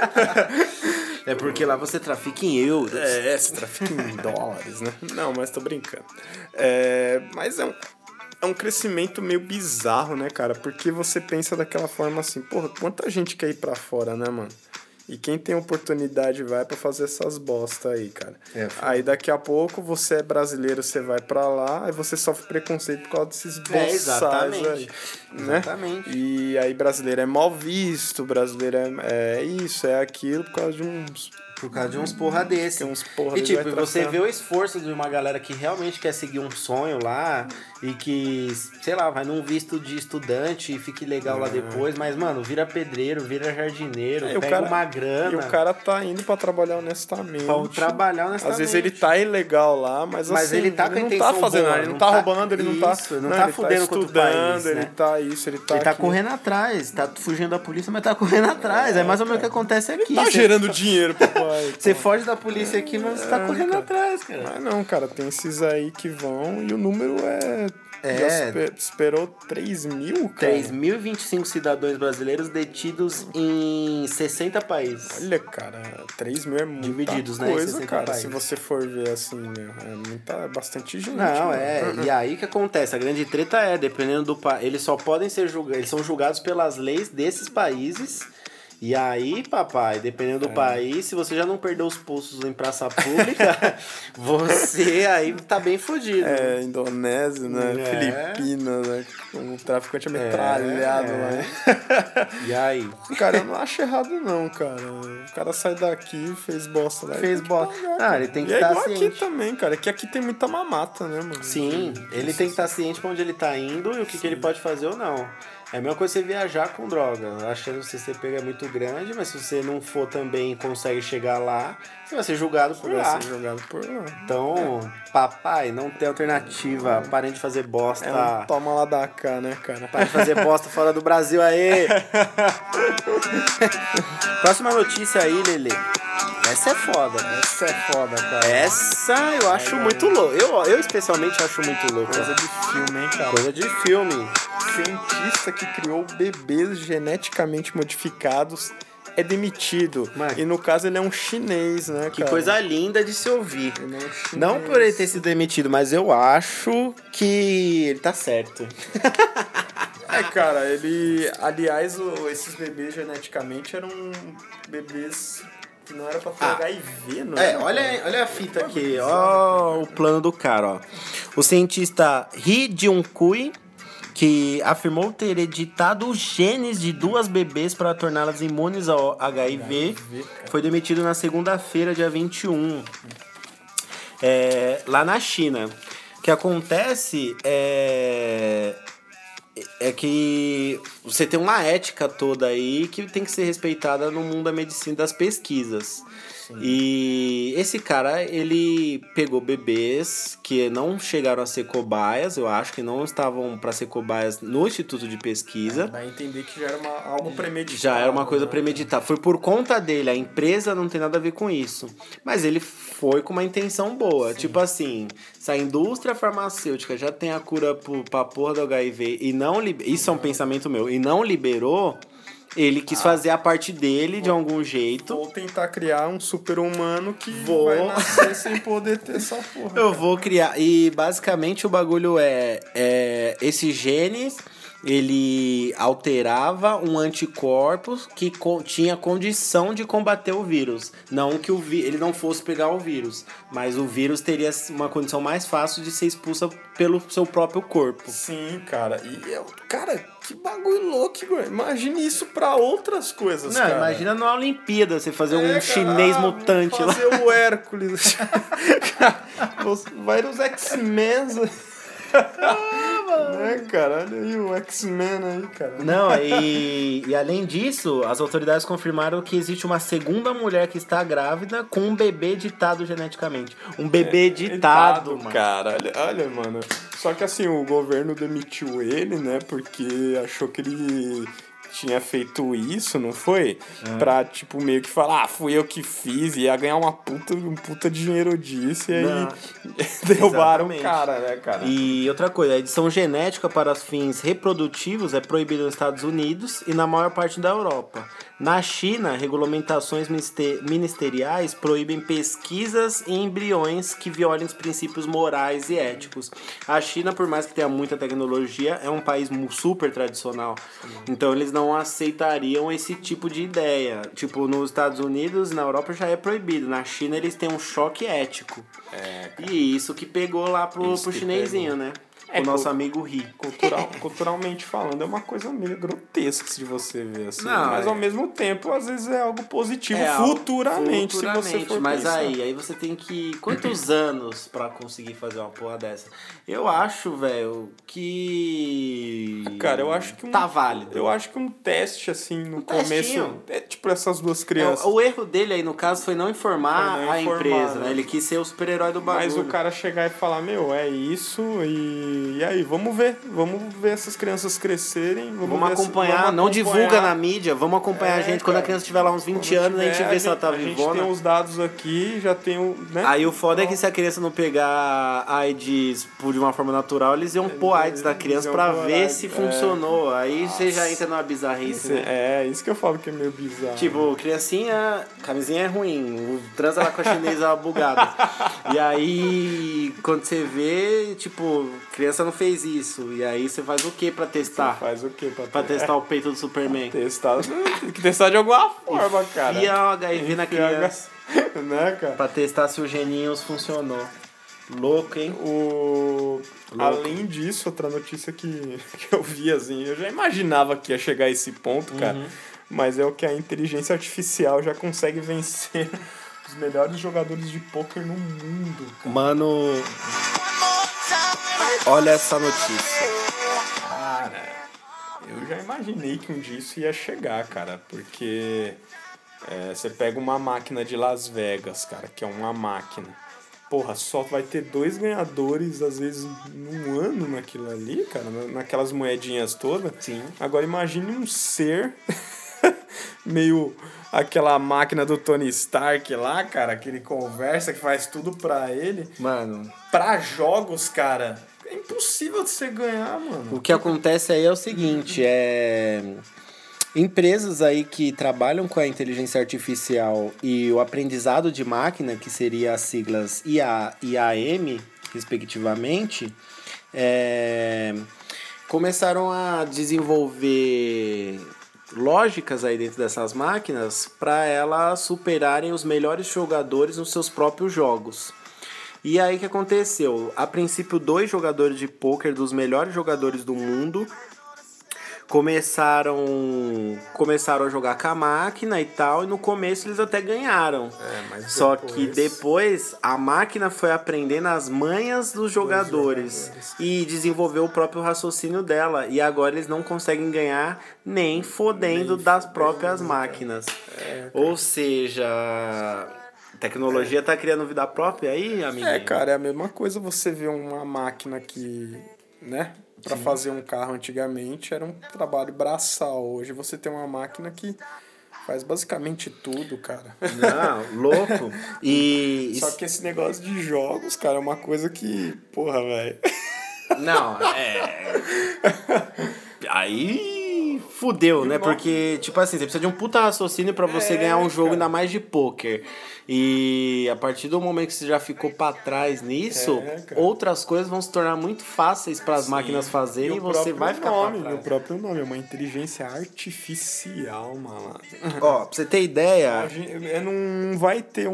Speaker 1: É porque lá você trafica em euros.
Speaker 2: É, se trafica em dólares, né? Não, mas tô brincando. É, mas é um, é um crescimento meio bizarro, né, cara? Porque você pensa daquela forma assim, porra, quanta gente quer ir pra fora, né, mano? E quem tem oportunidade vai pra fazer essas bosta aí, cara.
Speaker 1: É,
Speaker 2: aí daqui a pouco você é brasileiro, você vai pra lá, aí você sofre preconceito por causa desses
Speaker 1: É,
Speaker 2: boçais
Speaker 1: exatamente.
Speaker 2: aí. Né?
Speaker 1: Exatamente.
Speaker 2: E aí brasileiro é mal visto, brasileiro é, é isso, é aquilo, por causa de uns...
Speaker 1: Por causa de uns porra desse.
Speaker 2: Tem uns porra
Speaker 1: E
Speaker 2: desse
Speaker 1: tipo,
Speaker 2: vai
Speaker 1: você
Speaker 2: traficando.
Speaker 1: vê o esforço de uma galera que realmente quer seguir um sonho lá e que, sei lá, vai num visto de estudante e fique legal lá depois, mas, mano, vira pedreiro, vira jardineiro,
Speaker 2: É, e o
Speaker 1: pega
Speaker 2: cara-
Speaker 1: uma grana.
Speaker 2: E o cara tá indo pra trabalhar honestamente.
Speaker 1: Pra trabalhar honestamente.
Speaker 2: Às vezes ele tá ilegal lá, mas,
Speaker 1: Mas
Speaker 2: assim,
Speaker 1: ele tá com a
Speaker 2: não
Speaker 1: intenção
Speaker 2: tá fazendo
Speaker 1: boa,
Speaker 2: nada, ele não
Speaker 1: não
Speaker 2: tá
Speaker 1: tá-
Speaker 2: roubando, ele não tá...
Speaker 1: Isso, não tá
Speaker 2: ele
Speaker 1: fudendo com outro
Speaker 2: estudando,
Speaker 1: país,
Speaker 2: ele
Speaker 1: né?
Speaker 2: tá isso, ele tá
Speaker 1: Ele tá
Speaker 2: aqui.
Speaker 1: correndo atrás, tá fugindo da polícia, mas tá correndo atrás. É, mais ou menos o que acontece aqui.
Speaker 2: Tá
Speaker 1: Você-
Speaker 2: gerando dinheiro, papai.
Speaker 1: Você foge da polícia aqui, mas você tá correndo
Speaker 2: cara.
Speaker 1: atrás, cara.
Speaker 2: Mas não, cara, tem esses aí que vão e o número é...
Speaker 1: É.
Speaker 2: Já espe- esperou três mil, cara?
Speaker 1: três mil e vinte e cinco cidadãos brasileiros detidos em sessenta países.
Speaker 2: Olha, cara, três mil é muita
Speaker 1: Divididos, né, em
Speaker 2: coisa,
Speaker 1: sessenta
Speaker 2: cara.
Speaker 1: países.
Speaker 2: Se você for ver assim, meu, é muita, é bastante gente.
Speaker 1: Não,
Speaker 2: mano.
Speaker 1: é. E aí o que acontece? A grande treta é, dependendo do país, eles só podem ser julgados, eles são julgados pelas leis desses países. E aí, papai, dependendo do
Speaker 2: É.
Speaker 1: país, se você já não perdeu os pulsos em praça pública, você aí tá bem fodido.
Speaker 2: É, Indonésia, né?
Speaker 1: É.
Speaker 2: Filipinas, né? Um traficante metralhado
Speaker 1: É.
Speaker 2: lá. né?
Speaker 1: E aí?
Speaker 2: Cara, eu não acho errado não, cara. O cara sai daqui, fez bosta lá. e
Speaker 1: Fez
Speaker 2: tem que
Speaker 1: bosta.
Speaker 2: pagar,
Speaker 1: Ah,
Speaker 2: cara.
Speaker 1: ele tem que
Speaker 2: e é
Speaker 1: estar
Speaker 2: igual
Speaker 1: ciente.
Speaker 2: aqui também, cara. Que aqui tem muita mamata, né, mano?
Speaker 1: Sim, ele tem que estar ciente pra onde ele tá indo e o que, que ele pode fazer ou não. É a mesma coisa você viajar com droga. A chance de você ser pego é muito grande, mas se você não for também e consegue chegar lá, você vai ser julgado por
Speaker 2: vai
Speaker 1: lá.
Speaker 2: Vai ser julgado por lá.
Speaker 1: Então, é. papai, não tem alternativa. Parem de fazer bosta.
Speaker 2: É um toma lá da cá, né, cara?
Speaker 1: Parem de fazer bosta fora do Brasil aí. Próxima notícia aí, Lelê. Essa é foda.
Speaker 2: Essa é foda, cara.
Speaker 1: Essa eu acho é, muito louco. Eu, eu especialmente acho muito louco.
Speaker 2: Coisa de filme, hein, cara?
Speaker 1: Coisa de filme.
Speaker 2: Cientista que criou bebês geneticamente modificados é demitido. Mano, e no caso ele é um chinês, né,
Speaker 1: que
Speaker 2: cara?
Speaker 1: coisa linda de se ouvir.
Speaker 2: Ele é um chinês.
Speaker 1: Não por ele ter sido demitido, mas eu acho que ele tá certo.
Speaker 2: É, cara, ele... Aliás, o, esses bebês geneticamente eram bebês... que não era pra ter ah, H I V, não
Speaker 1: é? É, olha, olha a fita aqui, ó o plano do cara, ó. O cientista Ri Jun-kui, que afirmou ter editado os genes de duas bebês para torná-las imunes ao H I V, foi demitido na segunda-feira, dia vinte e um, é, lá na China. O que acontece é... é que você tem uma ética toda aí que tem que ser respeitada no mundo da medicina, das pesquisas. Sim. E esse cara, ele pegou bebês que não chegaram a ser cobaias, eu acho que não estavam para ser cobaias no Instituto de Pesquisa.
Speaker 2: É, vai entender que já era uma, algo premeditado.
Speaker 1: Já era uma coisa
Speaker 2: né?
Speaker 1: premeditada. Foi por conta dele, a empresa não tem nada a ver com isso. Mas ele foi com uma intenção boa. Sim. Tipo assim, se a indústria farmacêutica já tem a cura pra porra do H I V e não... Isso é um pensamento meu. E não liberou... Ele quis ah, fazer a parte dele vou, de algum jeito.
Speaker 2: Vou tentar criar um super-humano que vou... vai nascer sem poder ter essa porra.
Speaker 1: Eu cara. vou criar. E basicamente o bagulho é... é esse genes, ele alterava um anticorpo que co- tinha condição de combater o vírus. Não que o vi- ele não fosse pegar o vírus, mas o vírus teria uma condição mais fácil de ser expulsa pelo seu próprio corpo.
Speaker 2: Sim, cara. E eu... Cara... Que bagulho louco, bro. Imagine isso pra outras coisas,
Speaker 1: não,
Speaker 2: cara.
Speaker 1: Imagina numa Olimpíada, você fazer é, um cara, chinês mutante
Speaker 2: fazer
Speaker 1: lá.
Speaker 2: Fazer o Hércules. Vai nos X-Men. Ah, né, cara? Olha aí o X-Men aí, cara.
Speaker 1: Não, e, e além disso, as autoridades confirmaram que existe uma segunda mulher que está grávida com um bebê ditado geneticamente. Um bebê é, ditado, ditado, mano.
Speaker 2: Cara, olha, olha, mano. Só que assim, o governo demitiu ele, né? Porque achou que ele tinha feito isso, não foi? É. Pra, tipo, meio que falar, ah, fui eu que fiz, e ia ganhar uma puta, um puta dinheiro disso, e aí não. derrubaram o cara, né, cara?
Speaker 1: E outra coisa, a edição genética para os fins reprodutivos é proibida nos Estados Unidos e na maior parte da Europa. Na China, regulamentações ministeriais proíbem pesquisas em embriões que violem os princípios morais e éticos. A China, por mais que tenha muita tecnologia, é um país super tradicional. Então, eles não aceitariam esse tipo de ideia. Tipo, nos Estados Unidos, na Europa já é proibido. Na China, eles têm um choque ético.
Speaker 2: É,
Speaker 1: e isso que pegou lá pro, pro chinesinho, pegou. né? É, o nosso amigo Ri.
Speaker 2: Cultural, culturalmente falando, é uma coisa meio grotesca de você ver assim. Não, mas é... ao mesmo tempo, às vezes é algo positivo é futuramente, algo, futuramente, se você for
Speaker 1: Mas
Speaker 2: pensar.
Speaker 1: aí, aí você tem que... Quantos anos pra conseguir fazer uma porra dessa? Eu acho, velho, que...
Speaker 2: Cara, eu acho que um...
Speaker 1: Tá válido.
Speaker 2: Eu acho que um teste, assim, no
Speaker 1: um
Speaker 2: começo...
Speaker 1: Testinho.
Speaker 2: É tipo essas duas crianças.
Speaker 1: É, o erro dele aí, no caso, foi não informar foi não a informar, empresa, né? né? Ele quis ser o super-herói do bagulho.
Speaker 2: Mas o cara chegar e falar, meu, é isso e... E aí, vamos ver. Vamos ver essas crianças crescerem. Vamos,
Speaker 1: vamos acompanhar. Essa, vamos não acompanhar. Divulga na mídia. Vamos acompanhar é, a gente. Cara, quando a criança tiver lá uns vinte anos, tiver, a gente vê a se gente, ela tá vivona.
Speaker 2: A gente tem os dados aqui, já tem o... Né?
Speaker 1: Aí o foda então, é que se a criança não pegar AIDS por de uma forma natural, eles iam pôr AIDS na criança pra ver AIDS, se é. funcionou. Aí Nossa. Você já entra numa bizarrice, né?
Speaker 2: É, isso que eu falo que é meio bizarro.
Speaker 1: Tipo, criancinha, camisinha é ruim. Transa lá com a chinesa bugada. E aí, quando você vê, tipo, criança não fez isso. E aí você faz o que pra testar?
Speaker 2: Você faz o que pra,
Speaker 1: pra testar é. o peito do Superman?
Speaker 2: Testar. Tem que testar de alguma forma, cara.
Speaker 1: Enfia o H I V na criança.
Speaker 2: Né, cara?
Speaker 1: Pra testar se o geninhos funcionou. Louco, hein?
Speaker 2: O... Louco. Além disso, outra notícia que, que eu vi, assim, eu já imaginava que ia chegar a esse ponto, cara. Uhum. Mas é o que a inteligência artificial já consegue vencer os melhores jogadores de pôquer no mundo, cara.
Speaker 1: Mano... Olha essa notícia.
Speaker 2: Cara, eu eu já imaginei que um dia isso ia chegar, cara, porque é, você pega uma máquina de Las Vegas, cara, que é uma máquina. Porra, só vai ter dois ganhadores, às vezes, num ano naquilo ali, cara, naquelas moedinhas todas.
Speaker 1: Sim.
Speaker 2: Agora imagine um ser meio aquela máquina do Tony Stark lá, cara, que ele conversa, que faz tudo pra ele.
Speaker 1: Mano.
Speaker 2: Pra jogos, cara, é impossível de você ganhar, mano.
Speaker 1: O que acontece aí é o seguinte, é... Empresas aí que trabalham com a inteligência artificial e o aprendizado de máquina, que seria as siglas I A e A M, respectivamente, é... começaram a desenvolver lógicas aí dentro dessas máquinas para elas superarem os melhores jogadores nos seus próprios jogos. E aí o que aconteceu? A princípio, dois jogadores de pôquer, dos melhores jogadores do mundo, começaram começaram a jogar com a máquina e tal, e no começo eles até ganharam. É, mas Só depois... que depois a máquina foi aprendendo as manhas dos jogadores, jogadores e desenvolveu o próprio raciocínio dela, e agora eles não conseguem ganhar nem fodendo nem das próprias fodendo, máquinas. É, Ou seja, a tecnologia é. tá criando vida própria aí, amigo?
Speaker 2: É, cara, é a mesma coisa você ver uma máquina que, né? Para fazer um carro antigamente era um trabalho braçal. Hoje você tem uma máquina que faz basicamente tudo, cara.
Speaker 1: Não, louco. E
Speaker 2: Só que esse negócio de jogos, cara, é uma coisa que, porra, velho.
Speaker 1: Não, é. Aí fudeu, né? Porque, tipo assim, você precisa de um puta raciocínio pra você é, ganhar um jogo, cara. Ainda mais de pôquer. E a partir do momento que você já ficou pra trás nisso, é, outras coisas vão se tornar muito fáceis para as máquinas fazerem e, e você vai ficar
Speaker 2: nome,
Speaker 1: pra trás.
Speaker 2: O próprio nome é uma inteligência artificial, mano.
Speaker 1: Ó, pra você ter ideia...
Speaker 2: É, não vai ter um...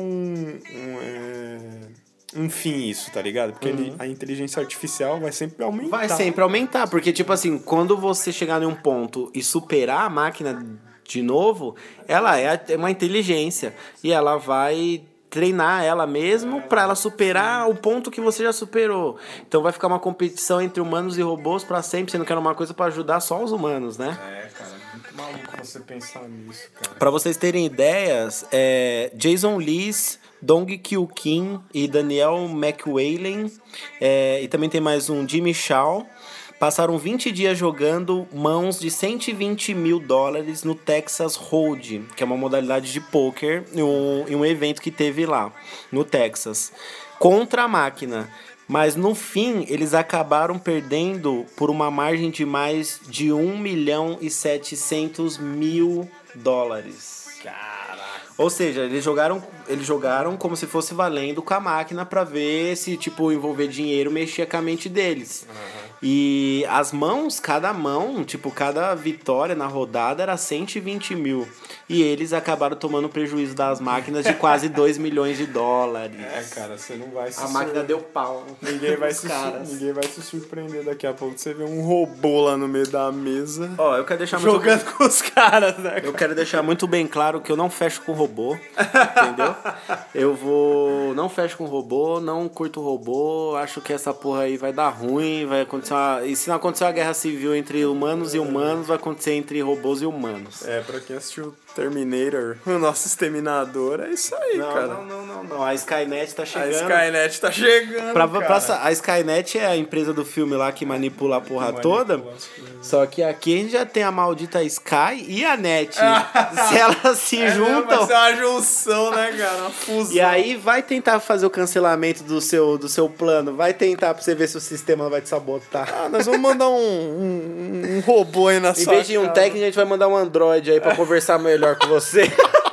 Speaker 2: um é... um fim isso, tá ligado? Porque uhum. ele, a inteligência artificial vai sempre aumentar.
Speaker 1: Vai sempre aumentar, porque, tipo assim, quando você chegar em um ponto e superar a máquina de novo, ela é uma inteligência e ela vai treinar ela mesmo pra ela superar o ponto que você já superou. Então vai ficar uma competição entre humanos e robôs pra sempre, sendo que era uma coisa pra ajudar só os humanos, né?
Speaker 2: É, cara, muito maluco você pensar nisso, cara.
Speaker 1: Pra vocês terem ideias, é, Jason Lees, Dong Kyu Kim e Daniel McWallen, é, e também tem mais um Jimmy Shaw, passaram vinte dias jogando mãos de cento e vinte mil dólares no Texas Hold'em, que é uma modalidade de pôquer em um, em um evento que teve lá, no Texas, contra a máquina. Mas no fim, eles acabaram perdendo por uma margem de mais de um milhão e setecentos mil dólares.
Speaker 2: Caraca.
Speaker 1: Ou seja, eles jogaram, eles jogaram como se fosse valendo com a máquina pra ver se, tipo, envolver dinheiro mexia com a mente deles. Uhum. E as mãos, cada mão, tipo, cada vitória na rodada era cento e vinte mil. E eles acabaram tomando prejuízo das máquinas de quase dois milhões de dólares.
Speaker 2: É, cara, você não vai se...
Speaker 1: A máquina sur... deu pau.
Speaker 2: Ninguém vai, se caras. Su... Ninguém vai se surpreender daqui a pouco. Você vê um robô lá no meio da mesa.
Speaker 1: Ó, eu quero deixar
Speaker 2: muito... Jogando com os caras, né?
Speaker 1: Cara? Eu quero deixar muito bem claro que eu não fecho com robô, entendeu? Eu vou... Não fecho com robô, não curto robô, acho que essa porra aí vai dar ruim, vai acontecer uma... E se não acontecer uma guerra civil entre humanos e humanos, vai acontecer entre robôs e humanos.
Speaker 2: É, pra quem assistiu Terminator, o nosso exterminador, é isso aí,
Speaker 1: não,
Speaker 2: cara.
Speaker 1: Não, não, não, não. A Skynet tá chegando.
Speaker 2: A Skynet tá chegando,
Speaker 1: pra,
Speaker 2: cara.
Speaker 1: Pra, a Skynet é a empresa do filme lá que manipula a porra que toda. Só que aqui a gente já tem a maldita Sky e a Net. Se elas se é juntam...
Speaker 2: Vai ser uma junção, né, cara? Uma fusão.
Speaker 1: E aí vai tentar fazer o cancelamento do seu, do seu plano. Vai tentar pra você ver se o sistema vai te sabotar.
Speaker 2: Ah, nós vamos mandar um, um, um robô aí na
Speaker 1: em
Speaker 2: sua
Speaker 1: vez de um
Speaker 2: casa.
Speaker 1: técnico, a gente vai mandar um Android aí pra conversar melhor com você.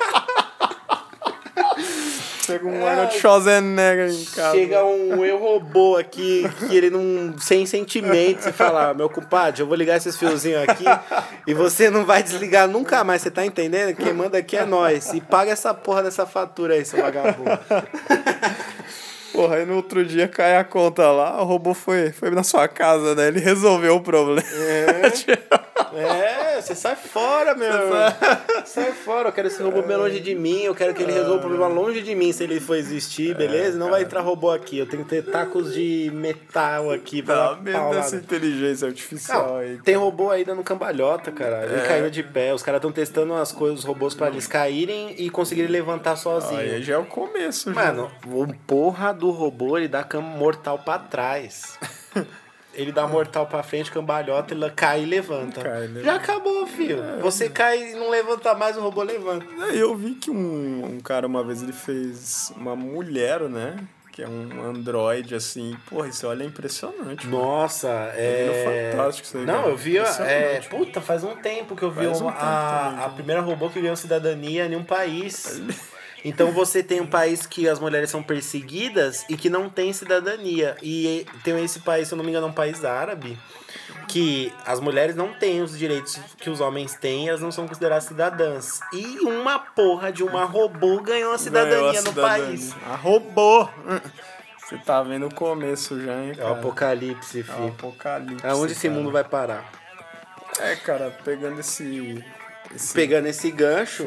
Speaker 2: Chega um é, Arnold Schwarzenegger em casa.
Speaker 1: Chega um eu robô aqui, que ele não, sem sentimentos, e fala: meu compadre, eu vou ligar esses fiozinhos aqui e você não vai desligar nunca mais, você tá entendendo? Quem manda aqui é nós. E paga essa porra dessa fatura aí, seu vagabundo.
Speaker 2: Porra, aí no outro dia cai a conta lá, o robô foi, foi na sua casa, né? Ele resolveu o problema.
Speaker 1: É, é É, você sai fora, meu. Sai fora, eu quero esse robô bem longe de mim, eu quero que ele resolva o problema longe de mim, se ele for existir, beleza? Não vai entrar robô aqui, eu tenho que ter tacos de metal aqui pra
Speaker 2: dar pau dessa inteligência artificial
Speaker 1: não,
Speaker 2: aí.
Speaker 1: Tem robô aí dando cambalhota, cara. Ele é. caindo de pé. Os caras estão testando as coisas, os robôs pra eles caírem e conseguirem levantar sozinhos.
Speaker 2: Aí já é o começo,
Speaker 1: Mano, já. o porra do robô, ele dá cam mortal pra trás. Ele dá mortal pra frente, cambalhota, ele cai e levanta. Cai, levanta. Já acabou, filho. É, Você é. cai e não levanta mais, o robô levanta.
Speaker 2: Eu vi que um, um cara, uma vez, ele fez uma mulher, né? Que é um androide, assim. Porra, isso olha, é impressionante.
Speaker 1: Nossa, mano. é...
Speaker 2: fantástico isso aí.
Speaker 1: Não, cara. eu vi... É... Puta, faz um tempo que eu vi um uma, a, também, a primeira robô que ganhou cidadania em um país. Então você tem um país que as mulheres são perseguidas e que não tem cidadania. E tem esse país, se eu não me engano, é um país árabe, que as mulheres não têm os direitos que os homens têm e elas não são consideradas cidadãs. E uma porra de uma robô ganhou a cidadania ganhou a no cidadania. país.
Speaker 2: A robô! Você tá vendo o começo já, hein, cara?
Speaker 1: É o apocalipse, filho. É o
Speaker 2: apocalipse.
Speaker 1: Aonde esse mundo vai parar?
Speaker 2: É, cara, pegando esse... Esse
Speaker 1: Pegando esse gancho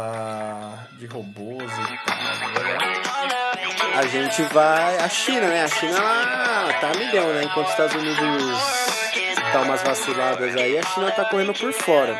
Speaker 2: da de robôs e tal, né?
Speaker 1: A gente vai... A China, né? A China, ela tá a milhão, né? Enquanto os Estados Unidos dá umas vaciladas aí, a China tá correndo por fora.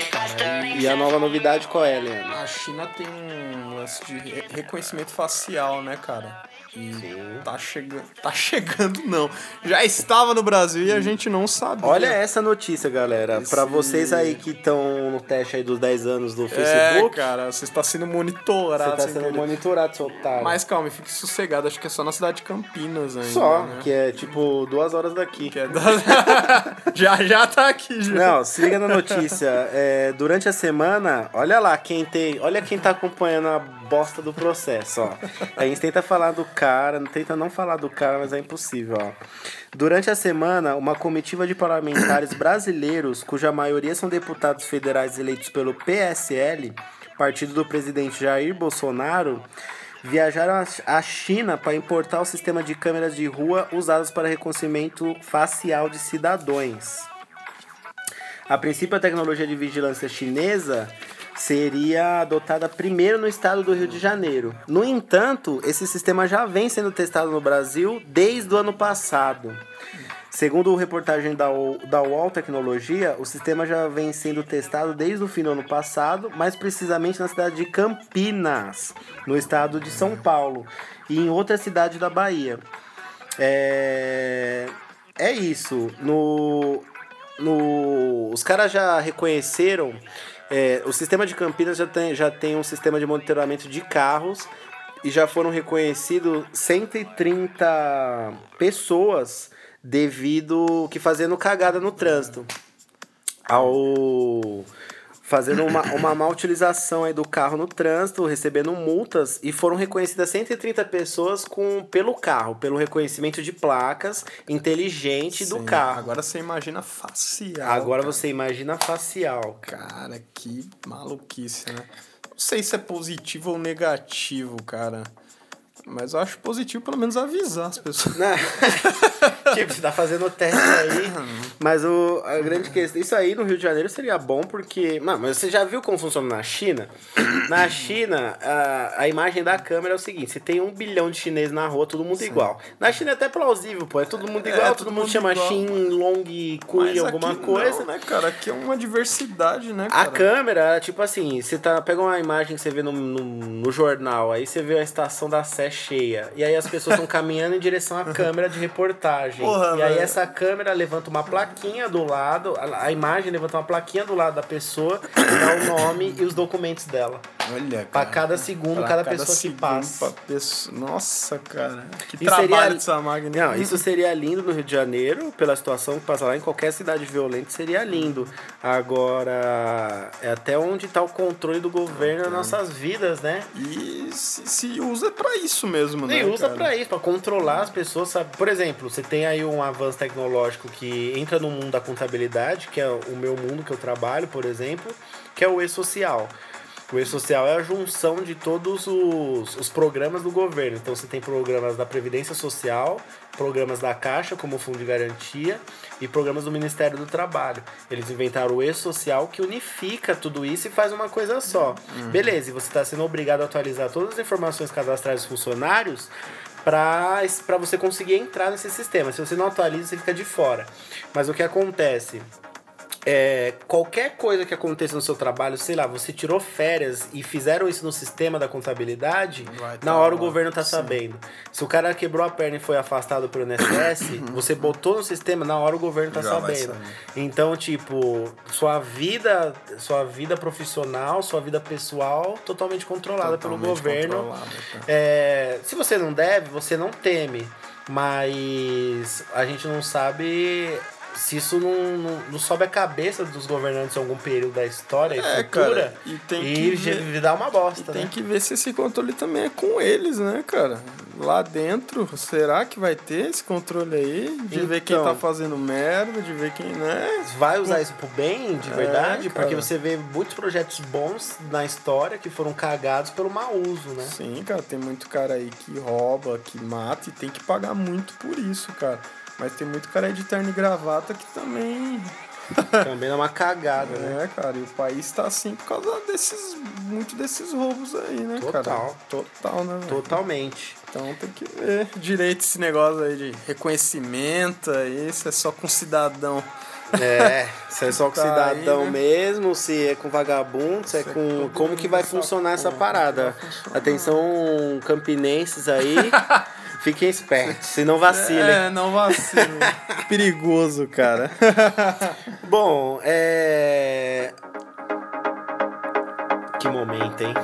Speaker 1: E a nova novidade qual é, Leandro?
Speaker 2: A China tem um lance de reconhecimento facial, né, cara? E Sim. tá chegando. Tá chegando, não. Já estava no Brasil e a gente não sabia.
Speaker 1: Olha essa notícia, galera. Esse... Pra vocês aí que estão no teste aí dos dez anos do Facebook.
Speaker 2: É, cara, você está sendo monitorado.
Speaker 1: Você tá sendo querer. monitorado, seu otário.
Speaker 2: Mas calma, fique sossegado. Acho que é só na cidade de Campinas ainda.
Speaker 1: Só,
Speaker 2: né?
Speaker 1: que é tipo duas horas daqui.
Speaker 2: Que é duas... já, já tá aqui, já.
Speaker 1: Não, se liga na notícia. É, durante a semana, olha lá quem tem. Olha quem tá acompanhando a bosta do processo, ó. A gente tenta falar do cara, tenta não falar do cara, mas é impossível, ó. Durante a semana, uma comitiva de parlamentares brasileiros, cuja maioria são deputados federais eleitos pelo P S L, partido do presidente Jair Bolsonaro, viajaram à China para importar o sistema de câmeras de rua usados para reconhecimento facial de cidadãos. A princípio, a tecnologia de vigilância chinesa seria adotada primeiro no estado do Rio de Janeiro. No entanto, esse sistema já vem sendo testado no Brasil desde o ano passado. Segundo a reportagem da, da U O L Tecnologia, o sistema já vem sendo testado desde o fim do ano passado, mais precisamente na cidade de Campinas, no estado de São Paulo, e em outra cidade da Bahia. É, é isso. No, no, os caras já reconheceram... É, o sistema de Campinas já tem, já tem um sistema de monitoramento de carros e já foram reconhecidos cento e trinta pessoas devido que fazendo cagada no trânsito, ao fazendo uma, uma má utilização aí do carro no trânsito, recebendo multas, e foram reconhecidas cento e trinta pessoas com, pelo carro, pelo reconhecimento de placas inteligente Sim, do carro.
Speaker 2: Agora você imagina facial.
Speaker 1: Agora
Speaker 2: cara.
Speaker 1: você imagina facial.
Speaker 2: Cara, que maluquice, né? Não sei se é positivo ou negativo, cara. Mas eu acho positivo pelo menos avisar as pessoas.
Speaker 1: Não. Tipo, você tá fazendo o teste aí. Mas o, a grande questão... Isso aí no Rio de Janeiro seria bom porque... Mano, mas você já viu como funciona na China? Na China, a, a imagem da câmera é o seguinte. Você tem um bilhão de chineses na rua, todo mundo Sim. igual. Na China é até plausível, pô. É todo mundo igual, é, todo, todo mundo, mundo chama igual. Xin, Long, Kui, alguma coisa.
Speaker 2: Não, né, cara? Aqui é uma diversidade, né, cara?
Speaker 1: A câmera, tipo assim, você tá, pega uma imagem que você vê no, no, no jornal, aí você vê a estação da Sé cheia. E aí as pessoas estão caminhando em direção à câmera de reportagem. Porra, e aí velho. Essa câmera levanta uma plaquinha do lado, a, a imagem levanta uma plaquinha do lado da pessoa, dá o nome e os documentos dela.
Speaker 2: Olha,
Speaker 1: pra cara. cada segundo, cada, cada pessoa que passa.
Speaker 2: Pessoa... Nossa, cara. Que
Speaker 1: isso
Speaker 2: trabalho
Speaker 1: seria...
Speaker 2: dessa máquina.
Speaker 1: Não, isso seria lindo no Rio de Janeiro, pela situação que passa lá, em qualquer cidade violenta seria lindo. Agora, é até onde tá o controle do governo nas nossas vidas, né?
Speaker 2: E se, se usa pra isso mesmo, né?
Speaker 1: E usa
Speaker 2: cara?
Speaker 1: pra isso, pra controlar as pessoas, sabe? Por exemplo, você tem aí um avanço tecnológico que entra no mundo da contabilidade, que é o meu mundo que eu trabalho, por exemplo, que é o e-social. O E-Social é a junção de todos os, os programas do governo. Então você tem programas da Previdência Social, programas da Caixa, como o Fundo de Garantia, e programas do Ministério do Trabalho. Eles inventaram o E-Social, que unifica tudo isso e faz uma coisa só. Uhum. Beleza, e você está sendo obrigado a atualizar todas as informações cadastrais dos funcionários para você conseguir entrar nesse sistema. Se você não atualiza, você fica de fora. Mas o que acontece... É, qualquer coisa que aconteça no seu trabalho, sei lá, você tirou férias e fizeram isso no sistema da contabilidade, Vai na hora lá. O governo tá Sim. sabendo. Se o cara quebrou a perna e foi afastado pelo I N S S, você botou no sistema, na hora o governo tá Já sabendo. Então, tipo, sua vida, sua vida profissional, sua vida pessoal, totalmente controlada totalmente pelo governo. Tá. É, se você não deve, você não teme. Mas a gente não sabe... Se isso não, não, não sobe a cabeça dos governantes em algum período da história e é, futura, cara, e, tem e que dá uma bosta,
Speaker 2: e
Speaker 1: né?
Speaker 2: Tem que ver se esse controle também é com eles, né, cara? Lá dentro, será que vai ter esse controle aí? De então, ver quem tá fazendo merda, de ver quem, né?
Speaker 1: Vai usar isso pro bem, de verdade? É, porque você vê muitos projetos bons na história que foram cagados pelo mau uso, né?
Speaker 2: Sim, cara, tem muito cara aí que rouba, que mata e tem que pagar muito por isso, cara. Mas tem muito cara aí de terno e gravata que também...
Speaker 1: Também é uma cagada,
Speaker 2: é,
Speaker 1: né?
Speaker 2: É, cara, e o país tá assim por causa desses... Muito desses roubos aí, né,
Speaker 1: Total.
Speaker 2: cara? Total, né, velho?
Speaker 1: Totalmente.
Speaker 2: Então tem que ver direito esse negócio aí de reconhecimento aí, isso é só com cidadão.
Speaker 1: É, se é só com tá cidadão aí, né? mesmo, se é com vagabundo, se, se é com... É como que vai funcionar essa parada? Funcionar. Atenção, campinenses aí... Fiquem espertos, se não vacilem.
Speaker 2: É, não vacilem. Perigoso, cara.
Speaker 1: Bom, é... Que momento, hein?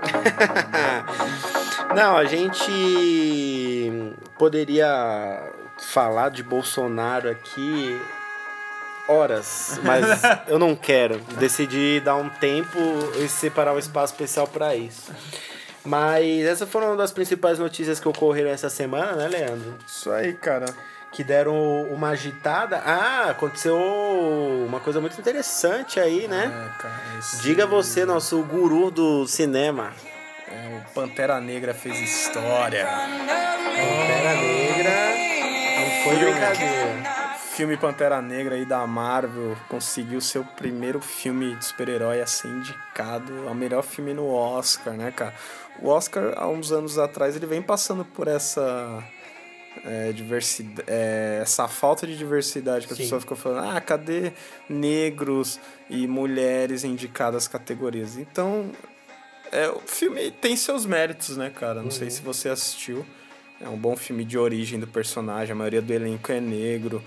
Speaker 1: Não, a gente poderia falar de Bolsonaro aqui horas, mas eu não quero. Decidi dar um tempo e separar um espaço especial para isso. Mas essas foram uma das principais notícias que ocorreram essa semana, né, Leandro?
Speaker 2: Isso aí, cara.
Speaker 1: Que deram uma agitada. Ah, aconteceu uma coisa muito interessante aí, né?
Speaker 2: É, cara. Esse...
Speaker 1: Diga você, nosso guru do cinema.
Speaker 2: É, o Pantera Negra fez história.
Speaker 1: Pantera Negra não foi brincadeira.
Speaker 2: Filme Pantera Negra aí da Marvel conseguiu ser o primeiro filme de super-herói a ser indicado ao melhor filme no Oscar, né, cara? O Oscar, há uns anos atrás, ele vem passando por essa é, diversidade, é, essa falta de diversidade, que Sim. a pessoa ficou falando, ah, cadê negros e mulheres indicadas às categorias? Então, é, o filme tem seus méritos, né, cara? Não uhum. sei se você assistiu. É um bom filme de origem do personagem, a maioria do elenco é negro.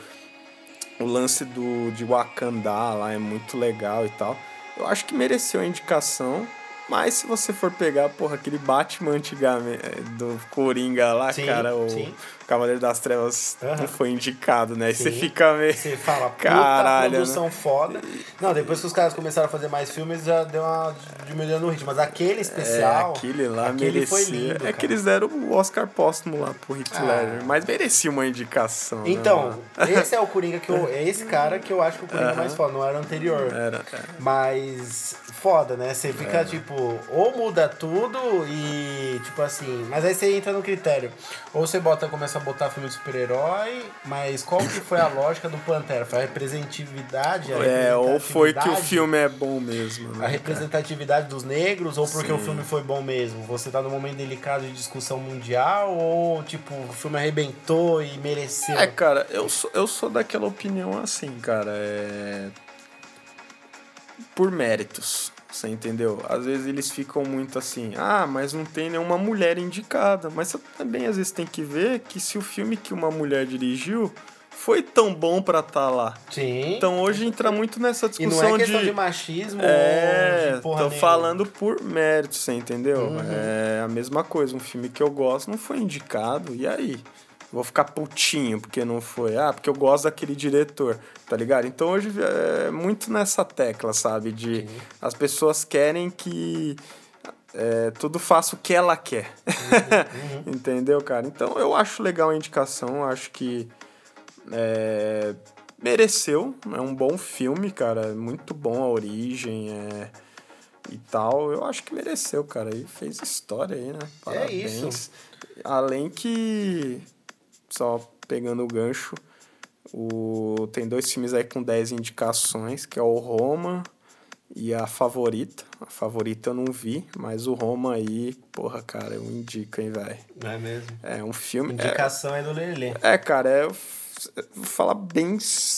Speaker 2: O lance do, de Wakanda lá é muito legal e tal. Eu acho que mereceu a indicação. Mas se você for pegar, porra, aquele Batman antigamente do Coringa lá, sim, cara, o sim. Cavaleiro das Trevas uhum. não foi indicado, né? E você fica meio...
Speaker 1: Você fala, puta Caralho, produção né? foda. Não, depois que os caras começaram a fazer mais filmes, já deu uma diminuindo no ritmo. Mas aquele especial...
Speaker 2: É, aquele lá
Speaker 1: aquele
Speaker 2: merecia.
Speaker 1: foi lindo,
Speaker 2: É
Speaker 1: cara.
Speaker 2: que eles deram o Oscar póstumo lá pro Heath Ledger. Ah. Mas merecia uma indicação,
Speaker 1: Então,
Speaker 2: né,
Speaker 1: esse é o Coringa que eu... É esse cara que eu acho que o Coringa é mais foda. Não era o anterior.
Speaker 2: Era, era.
Speaker 1: Mas... Foda, né? Você fica, é. tipo... Ou muda tudo e, tipo assim... Mas aí você entra no critério. Ou você bota, começa a botar filme de super-herói, mas qual que foi a lógica do Pantera? Foi a representatividade? A
Speaker 2: é, ou foi que o filme é bom mesmo. Né,
Speaker 1: a representatividade cara? dos negros, ou porque
Speaker 2: Sim.
Speaker 1: o filme foi bom mesmo? Você tá num momento delicado de discussão mundial, ou, tipo, o filme arrebentou e mereceu?
Speaker 2: É, cara, eu sou, eu sou daquela opinião assim, cara, é... por méritos. Você entendeu? Às vezes eles ficam muito assim, ah, mas não tem nenhuma mulher indicada. Mas você também às vezes tem que ver que se o filme que uma mulher dirigiu foi tão bom pra estar tá lá.
Speaker 1: Sim.
Speaker 2: Então hoje entra muito nessa discussão de...
Speaker 1: E não é questão de, de machismo
Speaker 2: é,
Speaker 1: ou de porra
Speaker 2: tô
Speaker 1: nenhuma.
Speaker 2: falando por mérito, você entendeu?
Speaker 1: Uhum.
Speaker 2: É a mesma coisa, um filme que eu gosto não foi indicado, e aí? Vou ficar putinho porque não foi. Ah, porque eu gosto daquele diretor, tá ligado? Então hoje é muito nessa tecla, sabe? De Sim. as pessoas querem que é, tudo faça o que ela quer. Uhum, uhum. Entendeu, cara? Então eu acho legal a indicação, acho que é, mereceu. É um bom filme, cara. Muito bom a origem. É... e tal. Eu acho que mereceu, cara. E fez história aí, né? Parabéns.
Speaker 3: É isso.
Speaker 2: Além que, só pegando o gancho, o... tem dois filmes aí com dez indicações, que é o Roma e a Favorita. A Favorita eu não vi, mas o Roma aí, porra, cara, eu indico, hein, velho.
Speaker 3: Não é mesmo?
Speaker 2: É um filme...
Speaker 3: Indicação é, é do Lelê.
Speaker 2: É, cara, é... Vou falar bem...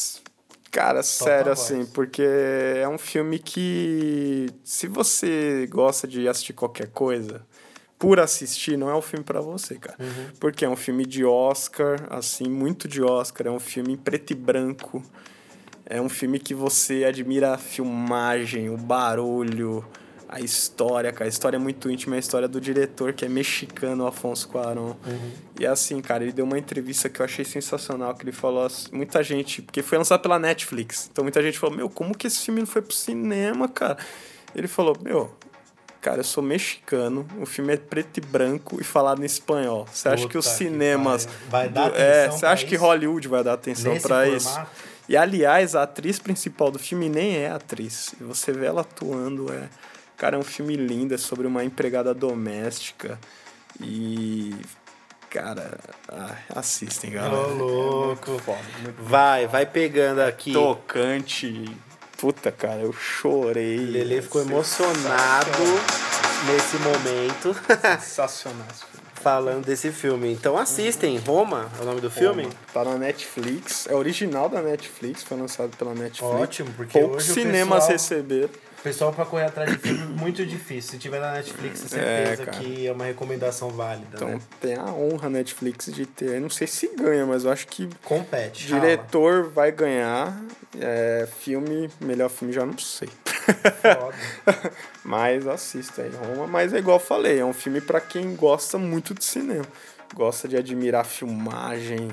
Speaker 2: Cara, sério, assim, porque é um filme que... Se você gosta de assistir qualquer coisa, por assistir, não é um filme pra você, cara.
Speaker 3: Uhum.
Speaker 2: Porque é um filme de Oscar, assim, muito de Oscar. É um filme em preto e branco. É um filme que você admira a filmagem, o barulho, a história, cara. A história é muito íntima, é a história do diretor, que é mexicano, Afonso Cuarón.
Speaker 3: Uhum.
Speaker 2: E assim, cara, ele deu uma entrevista que eu achei sensacional, que ele falou assim, muita gente... Porque foi lançado pela Netflix. Então muita gente falou, meu, como que esse filme não foi pro cinema, cara? Ele falou, meu... Cara, eu sou mexicano, o filme é preto e branco e falado em espanhol. Você acha que os cinemas...
Speaker 3: Que vai dar
Speaker 2: do,
Speaker 3: atenção
Speaker 2: é, você acha
Speaker 3: isso?
Speaker 2: que Hollywood vai dar atenção
Speaker 3: Nesse
Speaker 2: pra
Speaker 3: formato?
Speaker 2: isso? E, aliás, a atriz principal do filme nem é atriz. E você vê ela atuando, é... Cara, é um filme lindo, é sobre uma empregada doméstica. E... Cara, ah, assistem, galera.
Speaker 3: Ô, louco.
Speaker 2: É muito foda, muito
Speaker 3: vai, vai pegando aqui.
Speaker 2: tocante. Puta, cara, eu chorei.
Speaker 3: Lelê ficou emocionado nesse momento.
Speaker 2: Sensacional esse filme.
Speaker 3: Falando desse filme. Então assistem, Roma é o nome do filme?
Speaker 2: Roma. Tá na Netflix, é original da Netflix, foi lançado pela Netflix.
Speaker 3: Ótimo, porque
Speaker 2: poucos
Speaker 3: hoje o
Speaker 2: cinemas
Speaker 3: pessoal...
Speaker 2: receberam.
Speaker 3: O pessoal pra correr atrás de filme muito difícil. Se tiver na Netflix, certeza é, que é uma recomendação válida.
Speaker 2: Então
Speaker 3: né?
Speaker 2: tem a honra Netflix de ter. Eu não sei se ganha, mas eu acho que
Speaker 3: compete.
Speaker 2: Diretor fala. Vai ganhar. É, filme, melhor filme já não sei.
Speaker 3: Foda.
Speaker 2: Mas assista aí, Roma. Mas é igual eu falei, é um filme pra quem gosta muito de cinema. Gosta de admirar a filmagem.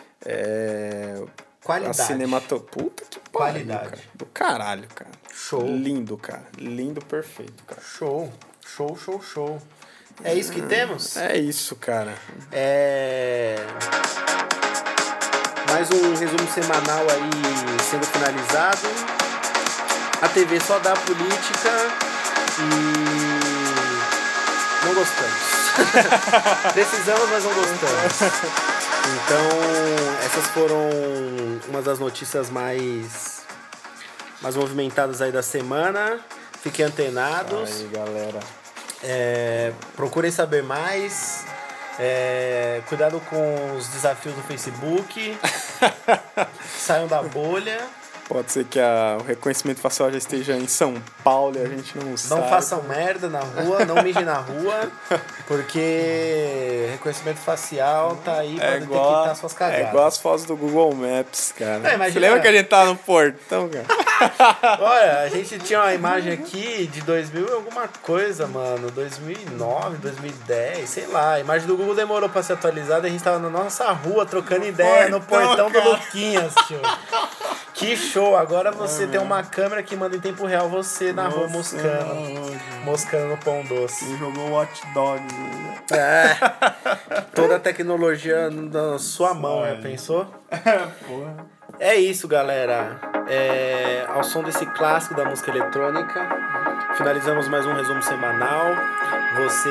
Speaker 2: É...
Speaker 3: Qualidade.
Speaker 2: A cinemato... Puta que pariu,
Speaker 3: Qualidade.
Speaker 2: Cara. Do caralho, cara.
Speaker 3: Show.
Speaker 2: Lindo, cara. Lindo, perfeito, cara.
Speaker 3: Show. Show, show, show. É isso que temos?
Speaker 2: É isso, cara.
Speaker 3: É... Mais um resumo semanal aí sendo finalizado. A T V só dá política e... não gostamos. Precisamos, mas não gostamos. Então, essas foram uma das notícias mais, mais movimentadas aí da semana. Fiquem antenados.
Speaker 2: Aí, galera.
Speaker 3: É, procurem saber mais. É, cuidado com os desafios do Facebook. Saiam da bolha.
Speaker 2: Pode ser que a, o reconhecimento facial já esteja em São Paulo e a gente não sabe.
Speaker 3: Não façam merda na rua, não mijem na rua, porque reconhecimento facial tá aí pra
Speaker 2: é
Speaker 3: detectar igual, suas cagadas.
Speaker 2: É igual as fotos do Google Maps, cara.
Speaker 3: Não, imagina...
Speaker 2: Você lembra que a gente tava no portão, cara?
Speaker 3: Olha, a gente tinha uma imagem aqui de dois mil e alguma coisa, mano. dois mil e nove, dois mil e dez, sei lá. A imagem do Google demorou pra ser atualizada e a gente tava na nossa rua trocando ideia portão, no portão cara. do Luquinhas, tio. Que show! Agora você é, tem uma câmera que manda em tempo real você na Nossa, rua moscando. É, moscando no pão doce.
Speaker 2: Ele jogou Watch Dogs. Né?
Speaker 3: É. Toda a tecnologia na sua mão, já pensou?
Speaker 2: É, porra.
Speaker 3: É isso, galera. É, ao som desse clássico da música eletrônica, finalizamos mais um resumo semanal. Você...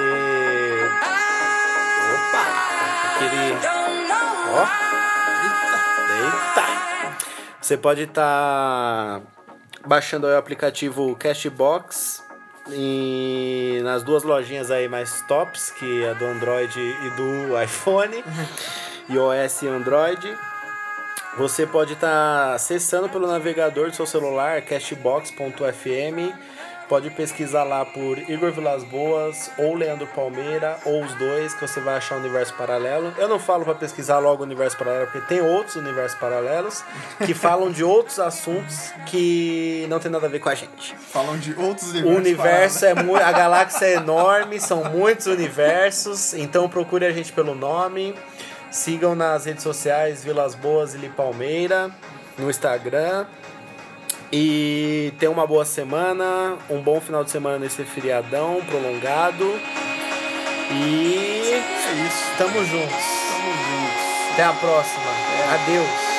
Speaker 3: Opa! Aquele... Ó! Eita! Eita! Você pode estar tá baixando aí o aplicativo Cashbox e nas duas lojinhas aí mais tops, que é a do Android e do iPhone, iOS e Android. Você pode estar tá acessando pelo navegador do seu celular, cashbox ponto f m. Pode pesquisar lá por Igor Vilas Boas ou Leandro Palmeira, ou os dois, que você vai achar o Universo Paralelo. Eu não falo para pesquisar logo o Universo Paralelo, porque tem outros universos paralelos que falam de outros assuntos que não tem nada a ver com a gente.
Speaker 2: Falam de outros universos.
Speaker 3: O universo é muito... A galáxia é enorme, são muitos universos, então procure a gente pelo nome. Sigam nas redes sociais Vilas Boas e Li Palmeira, no Instagram. E tenha uma boa semana, um bom final de semana nesse feriadão prolongado. E
Speaker 2: é isso.
Speaker 3: Tamo juntos.
Speaker 2: Tamo juntos.
Speaker 3: Até a próxima.
Speaker 2: É.
Speaker 3: Adeus.